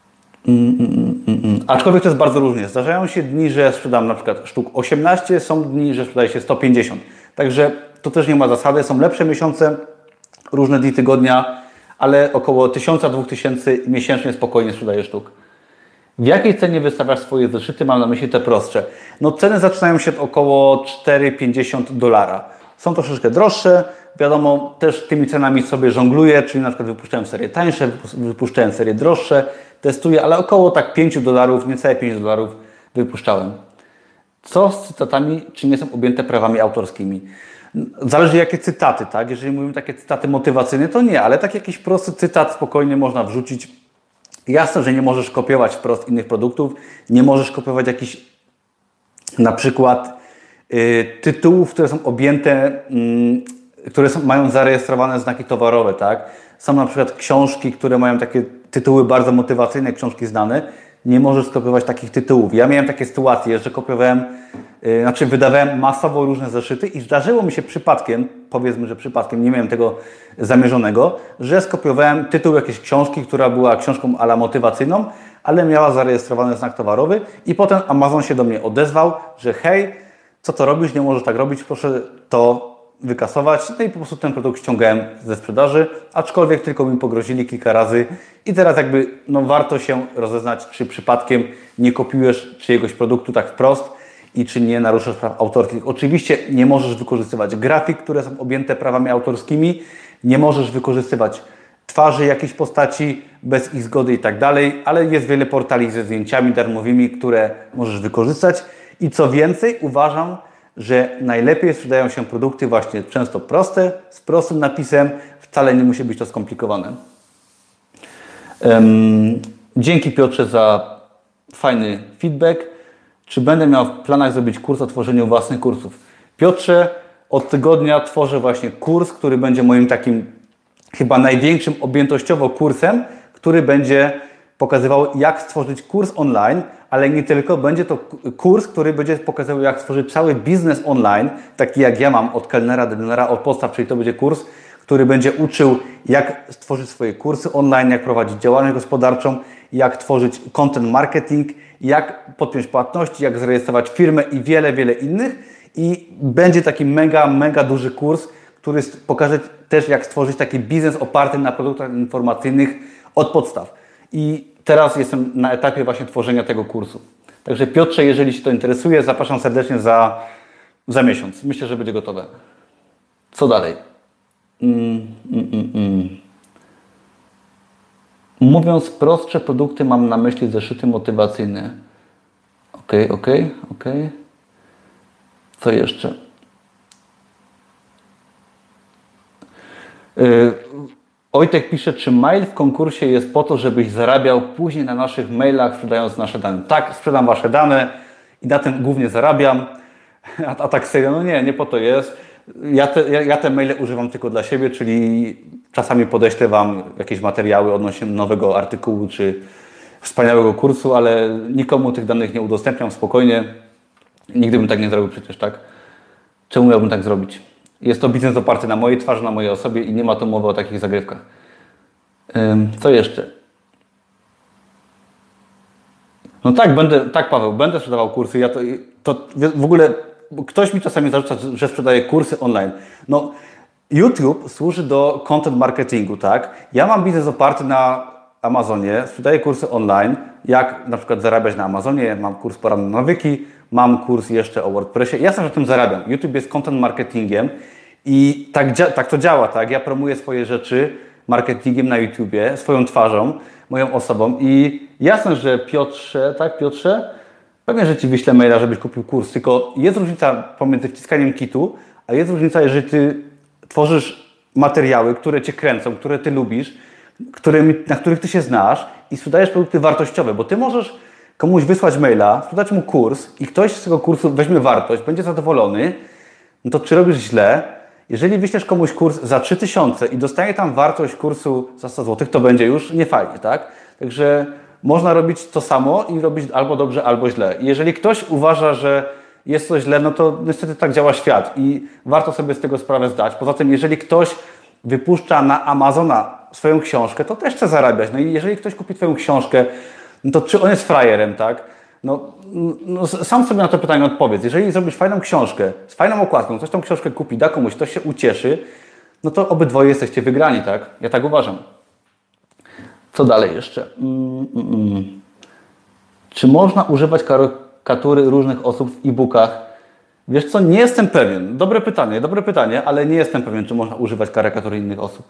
Mm, mm, mm, mm. Aczkolwiek to jest bardzo różnie. Zdarzają się dni, że sprzedam na przykład sztuk osiemnaście, są dni, że sprzedaje się sto pięćdziesiąt. Także to też nie ma zasady. Są lepsze miesiące, różne dni tygodnia, ale około tysiąc do dwóch tysięcy miesięcznie spokojnie sprzedaję sztuk. W jakiej cenie wystawiasz swoje zeszyty? Mam na myśli te prostsze. No ceny zaczynają się od około cztery pięćdziesiąt dolara. Są troszeczkę droższe. Wiadomo, też tymi cenami sobie żongluję, czyli na przykład wypuszczałem serię tańsze, wypuszczałem serię droższe, testuję, ale około tak pięć dolarów, niecałe pięć dolarów wypuszczałem. Co z cytatami, czy nie są objęte prawami autorskimi? Zależy jakie cytaty, tak? Jeżeli mówimy takie cytaty motywacyjne, to nie, ale tak jakiś prosty cytat spokojnie można wrzucić. Jasne, że nie możesz kopiować wprost innych produktów, nie możesz kopiować jakichś na przykład y, tytułów, które są objęte, y, które są, mają zarejestrowane znaki towarowe, tak? Są na przykład książki, które mają takie tytuły bardzo motywacyjne, książki znane. Nie możesz skopiować takich tytułów. Ja miałem takie sytuacje, że kopiowałem, yy, znaczy wydawałem masowo różne zeszyty i zdarzyło mi się przypadkiem, powiedzmy, że przypadkiem, nie miałem tego zamierzonego, że skopiowałem tytuł jakiejś książki, która była książką ala motywacyjną, ale miała zarejestrowany znak towarowy i potem Amazon się do mnie odezwał, że hej, co to robisz, nie możesz tak robić, proszę to wykasować. No i po prostu ten produkt ściągałem ze sprzedaży, aczkolwiek tylko mi pogrozili kilka razy i teraz jakby no warto się rozeznać, czy przypadkiem nie kopiujesz czyjegoś produktu tak wprost i czy nie naruszasz praw autorskich. Oczywiście nie możesz wykorzystywać grafik, które są objęte prawami autorskimi, nie możesz wykorzystywać twarzy jakiejś postaci bez ich zgody i tak dalej, ale jest wiele portali ze zdjęciami darmowymi, które możesz wykorzystać i co więcej uważam, że najlepiej sprzedają się produkty właśnie często proste, z prostym napisem, wcale nie musi być to skomplikowane. Um, dzięki Piotrze za fajny feedback. Czy będę miał w planach zrobić kurs o tworzeniu własnych kursów? Piotrze, od tygodnia tworzę właśnie kurs, który będzie moim takim chyba największym objętościowo kursem, który będzie pokazywał, jak stworzyć kurs online, ale nie tylko. Będzie to kurs, który będzie pokazywał, jak stworzyć cały biznes online, taki jak ja mam od kelnera do milionera, od podstaw, czyli to będzie kurs, który będzie uczył, jak stworzyć swoje kursy online, jak prowadzić działalność gospodarczą, jak tworzyć content marketing, jak podpiąć płatności, jak zarejestrować firmę i wiele, wiele innych. I będzie taki mega, mega duży kurs, który pokaże też, jak stworzyć taki biznes oparty na produktach informacyjnych od podstaw. I teraz jestem na etapie właśnie tworzenia tego kursu. Także Piotrze, jeżeli Cię to interesuje, zapraszam serdecznie za, za miesiąc. Myślę, że będzie gotowe. Co dalej? Mm, mm, mm, mm. Mówiąc prostsze produkty, mam na myśli zeszyty motywacyjne. Ok, ok, ok. Co jeszcze? Yy, Ojtek pisze, czy mail w konkursie jest po to, żebyś zarabiał później na naszych mailach, sprzedając nasze dane. Tak, sprzedam Wasze dane i na tym głównie zarabiam. A, a tak serio, no nie, nie po to jest. Ja te, ja, ja te maile używam tylko dla siebie, czyli czasami podeślę Wam jakieś materiały odnośnie nowego artykułu czy wspaniałego kursu, ale nikomu tych danych nie udostępniam spokojnie. Nigdy bym tak nie zrobił przecież, tak? Czemu miałbym tak zrobić? Jest to biznes oparty na mojej twarzy, na mojej osobie i nie ma tu mowy o takich zagrywkach. Ym, co jeszcze? No tak, będę, tak Paweł, będę sprzedawał kursy. Ja to, to w ogóle ktoś mi czasami zarzuca, że sprzedaję kursy online. No, YouTube służy do content marketingu, tak? Ja mam biznes oparty na Amazonie, sprzedaję kursy online, jak na przykład zarabiać na Amazonie, mam kurs poranne nawyki, mam kurs jeszcze o WordPressie. Ja sam na tym zarabiam. YouTube jest content marketingiem i tak, tak to działa, tak? Ja promuję swoje rzeczy marketingiem na YouTubie, swoją twarzą, moją osobą i jasne, że Piotrze, tak Piotrze, pewnie, że Ci wyślę maila, żebyś kupił kurs, tylko jest różnica pomiędzy wciskaniem kitu, a jest różnica, jeżeli Ty tworzysz materiały, które Cię kręcą, które Ty lubisz, którymi, na których Ty się znasz i sprzedajesz produkty wartościowe, bo Ty możesz komuś wysłać maila, sprzedać mu kurs i ktoś z tego kursu weźmie wartość, będzie zadowolony, no to czy robisz źle? Jeżeli wyślesz komuś kurs za trzy tysiące i dostanie tam wartość kursu za sto złotych, to będzie już niefajnie, tak? Także można robić to samo i robić albo dobrze, albo źle. I jeżeli ktoś uważa, że jest to źle, no to niestety tak działa świat i warto sobie z tego sprawę zdać. Poza tym, jeżeli ktoś wypuszcza na Amazona swoją książkę, to też chce zarabiać. No i jeżeli ktoś kupi Twoją książkę, no to czy on jest frajerem, tak? No, no, sam sobie na to pytanie odpowiedz. Jeżeli zrobisz fajną książkę, z fajną okładką, ktoś tą książkę kupi, da komuś, ktoś się ucieszy, no to obydwoje jesteście wygrani, tak? Ja tak uważam. Co dalej jeszcze? Mm, mm, mm. Czy można używać karykatury różnych osób w e-bookach? Wiesz co, nie jestem pewien. Dobre pytanie, dobre pytanie, ale nie jestem pewien, czy można używać karykatury innych osób.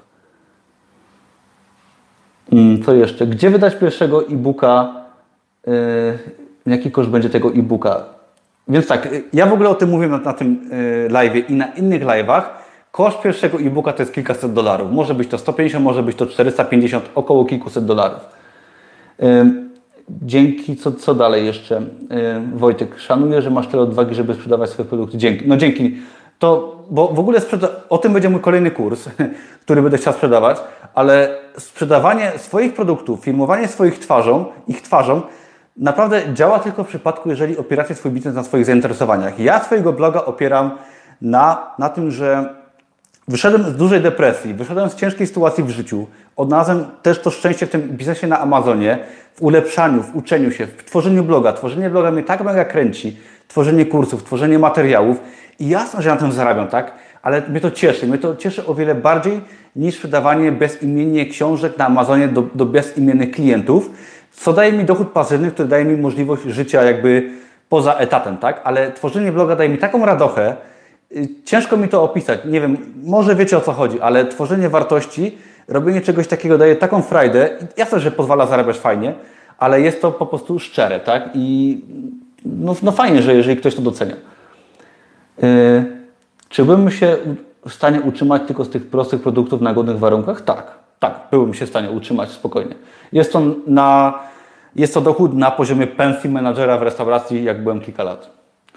Mm, co jeszcze? Gdzie wydać pierwszego e-booka? Yy, jaki koszt będzie tego e-booka? Więc tak, ja w ogóle o tym mówię na, na tym yy, live'ie i na innych live'ach. Koszt pierwszego e-booka to jest kilkaset dolarów. Może być to sto pięćdziesiąt, może być to czterysta pięćdziesiąt, około kilkuset dolarów. Yy, Dzięki, co, co dalej jeszcze? Yy, Wojtek, szanuję, że masz tyle odwagi, żeby sprzedawać swoje produkty. Dzięki. No dzięki. To, bo w ogóle sprzeda- o tym będzie mój kolejny kurs, który będę chciał sprzedawać, ale sprzedawanie swoich produktów, filmowanie swoich twarzą, ich twarzą, naprawdę działa tylko w przypadku, jeżeli opieracie swój biznes na swoich zainteresowaniach. Ja swojego bloga opieram na, na tym, że wyszedłem z dużej depresji, wyszedłem z ciężkiej sytuacji w życiu, odnalazłem też to szczęście w tym biznesie na Amazonie, w ulepszaniu, w uczeniu się, w tworzeniu bloga. Tworzenie bloga mnie tak mega kręci, tworzenie kursów, tworzenie materiałów i jasne, że na tym zarabiam, tak? Ale mnie to cieszy. Mnie to cieszy o wiele bardziej niż sprzedawanie bezimiennie książek na Amazonie do, do bezimiennych klientów, co daje mi dochód pasywny, który daje mi możliwość życia jakby poza etatem, tak? Ale tworzenie bloga daje mi taką radochę, ciężko mi to opisać, nie wiem, może wiecie o co chodzi, ale tworzenie wartości, robienie czegoś takiego daje taką frajdę, jasne, że pozwala zarabiać fajnie, ale jest to po prostu szczere, tak? I no, no fajnie, że jeżeli ktoś to docenia. Yy, czy bym się w stanie utrzymać tylko z tych prostych produktów na godnych warunkach? Tak, tak, byłbym się w stanie utrzymać spokojnie. Jest to, na, jest to dochód na poziomie pensji menadżera w restauracji, jak byłem kilka lat.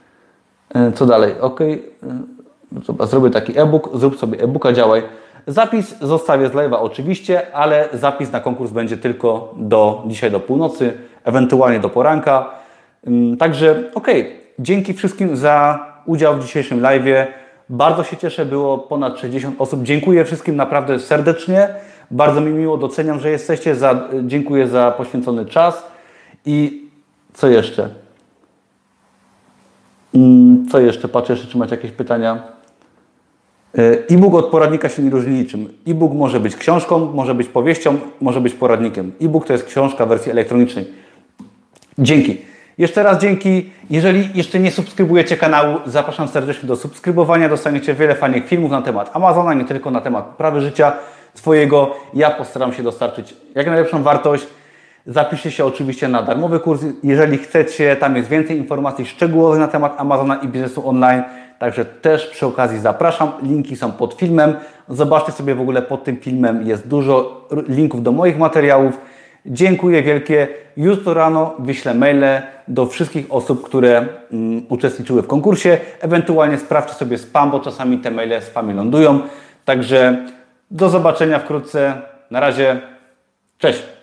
Co dalej? OK. Zrobię taki e-book, zrób sobie e-booka, działaj. Zapis zostawię z live'a oczywiście, ale zapis na konkurs będzie tylko do dzisiaj do północy, ewentualnie do poranka. Także OK. Dzięki wszystkim za udział w dzisiejszym live'ie. Bardzo się cieszę, było ponad sześćdziesiąt osób. Dziękuję wszystkim naprawdę serdecznie. Bardzo mi miło, doceniam, że jesteście. Za, dziękuję za poświęcony czas. I co jeszcze? Co jeszcze? Patrzę jeszcze, czy macie jakieś pytania. E-book od poradnika się nie różni niczym. E-book może być książką, może być powieścią, może być poradnikiem. E-book to jest książka w wersji elektronicznej. Dzięki. Jeszcze raz dzięki. Jeżeli jeszcze nie subskrybujecie kanału, zapraszam serdecznie do subskrybowania. Dostaniecie wiele fajnych filmów na temat Amazona, nie tylko na temat prawy życia swojego. Ja postaram się dostarczyć jak najlepszą wartość. Zapiszcie się oczywiście na darmowy kurs, jeżeli chcecie. Tam jest więcej informacji szczegółowych na temat Amazona i biznesu online. Także też przy okazji zapraszam. Linki są pod filmem. Zobaczcie sobie w ogóle pod tym filmem. Jest dużo linków do moich materiałów. Dziękuję wielkie. Jutro rano wyślę maile do wszystkich osób, które um, uczestniczyły w konkursie. Ewentualnie sprawdźcie sobie spam, bo czasami te maile spamie lądują. Także do zobaczenia wkrótce. Na razie. Cześć.